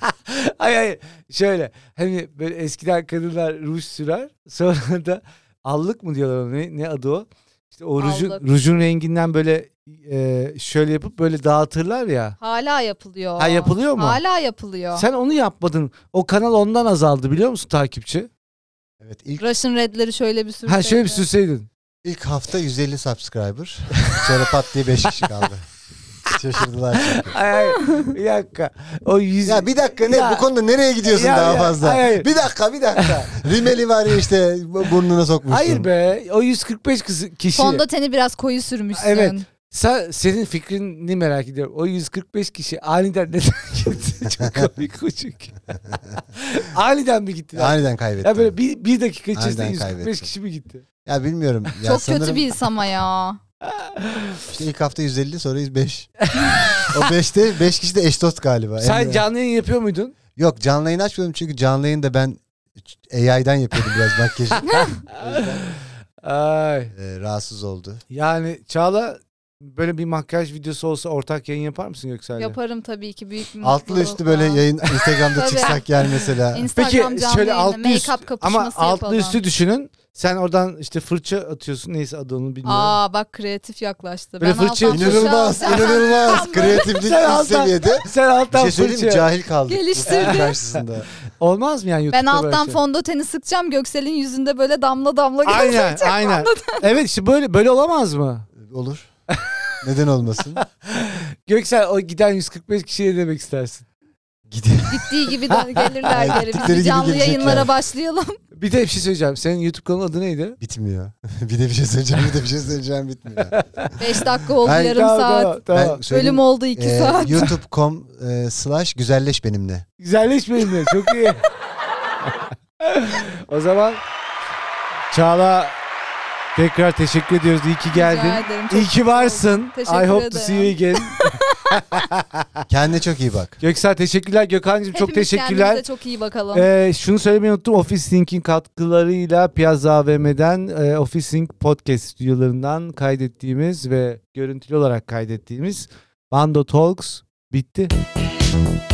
Ay ay şöyle hani böyle eskiden kadınlar ruj sürer sonra da allık mı diyorlar ona, ne, ne adı o? İşte o rujun, Allık. rujun renginden böyle e, şöyle yapıp böyle dağıtırlar ya. Hala yapılıyor. Ha, yapılıyor mu? Hala yapılıyor. Sen onu yapmadın. O kanal ondan azaldı biliyor musun takipçi? Evet, ilk Russian Red'leri şöyle bir sürü. Ha şöyle bir sürseydin. ilk hafta yüz elli subscriber. Sonra pat diye beş kişi kaldı. Şaşırdılar çünkü. Ay ay bir dakika. O yüz... Ya bir dakika ne Ya- bu konuda nereye gidiyorsun Ya- daha ya- fazla? hayır, hayır. Bir dakika bir dakika. Rimeli var ya işte burnuna sokmuşsun. Hayır be. O yüz kırk beş kızı- kişi. Fondöteni biraz koyu sürmüşsün. Evet. Sen, senin fikrini merak ediyorum. O yüz kırk beş kişi aniden neden gitti? Çok komik o çünkü. Aniden mi gitti? Aniden kaybettim. Ya böyle bir, bir dakika içerisinde Aniden yüz kırk beş kaybettim. kişi mi gitti? Ya bilmiyorum. Ya Çok sanırım kötü bir his ama ya. işte ilk hafta yüz elli sonra yüz beş. O beşte beş kişi de eş dost galiba. Sen Emre. canlı yayın yapıyor muydun? Yok, canlı yayın açmıyordum çünkü canlı yayında ben A I'den yapıyordum biraz makyajı. O yüzden Ay. e, rahatsız oldu. Yani Çağla böyle bir makyaj videosu olsa ortak yayın yapar mısın Göksel'le? Yaparım tabii ki büyük bir Altlı üstü böyle mutlulukla. yayın Instagram'da Tabii. çıksak yani mesela. Instagram Peki canlı şöyle yayını, altlı üst make-up kapışması ama altlı yapalım. üstü düşünün. Sen oradan işte fırça atıyorsun. Neyse adını bilmiyorum. Aa bak kreatif yaklaştı. Böyle ben fırça- alttan fırça İnanılmaz, alacağım. inanılmaz. Tam Kreatiflik Sen üst alttan- seviyede. Sen Bir alttan şey söyleyeyim mi? fırça. Cahil kaldık. Geliştirdi. Karşısında. Olmaz mı yani YouTube'da Ben böyle alttan şey? fondöteni sıkacağım. Göksel'in yüzünde böyle damla damla Aynen gözükecek. aynen. Evet işte böyle böyle olamaz mı? Olur. Neden olmasın? Göksel o giden yüz kırk beş kişiye ne demek istersin? Gidiyor. Gittiği gibi de gelirler Ay, geri. Biz gittikleri bir gibi canlı gelecekler. yayınlara başlayalım. Bir de bir şey söyleyeceğim. Senin YouTube kanalın adı neydi? Bitmiyor. Bir de bir şey söyleyeceğim, bir de bir şey söyleyeceğim, bitmiyor. beş dakika oldu, Ay, yarım Tamam, saat. tamam, tamam. Ben söyleyeyim, Bölüm oldu iki e, saat. youtube nokta com e, slash güzelleş benimle. Güzelleşmeyin mi? Çok iyi. O zaman Çağla tekrar teşekkür ediyoruz. İyi ki geldin. Rica ederim. Çok İyi ki varsın. Teşekkür I hope to ederim. see you again. Kendine çok iyi bak. Göksel teşekkürler. Gökhan'cığım çok Hepimiz teşekkürler. kendimize çok iyi bakalım. Ee, şunu söylemeyi unuttum. Office Think'in katkılarıyla Piazza A V M'den e, Office Think podcast stüdyolarından kaydettiğimiz ve görüntülü olarak kaydettiğimiz Bando Talks bitti.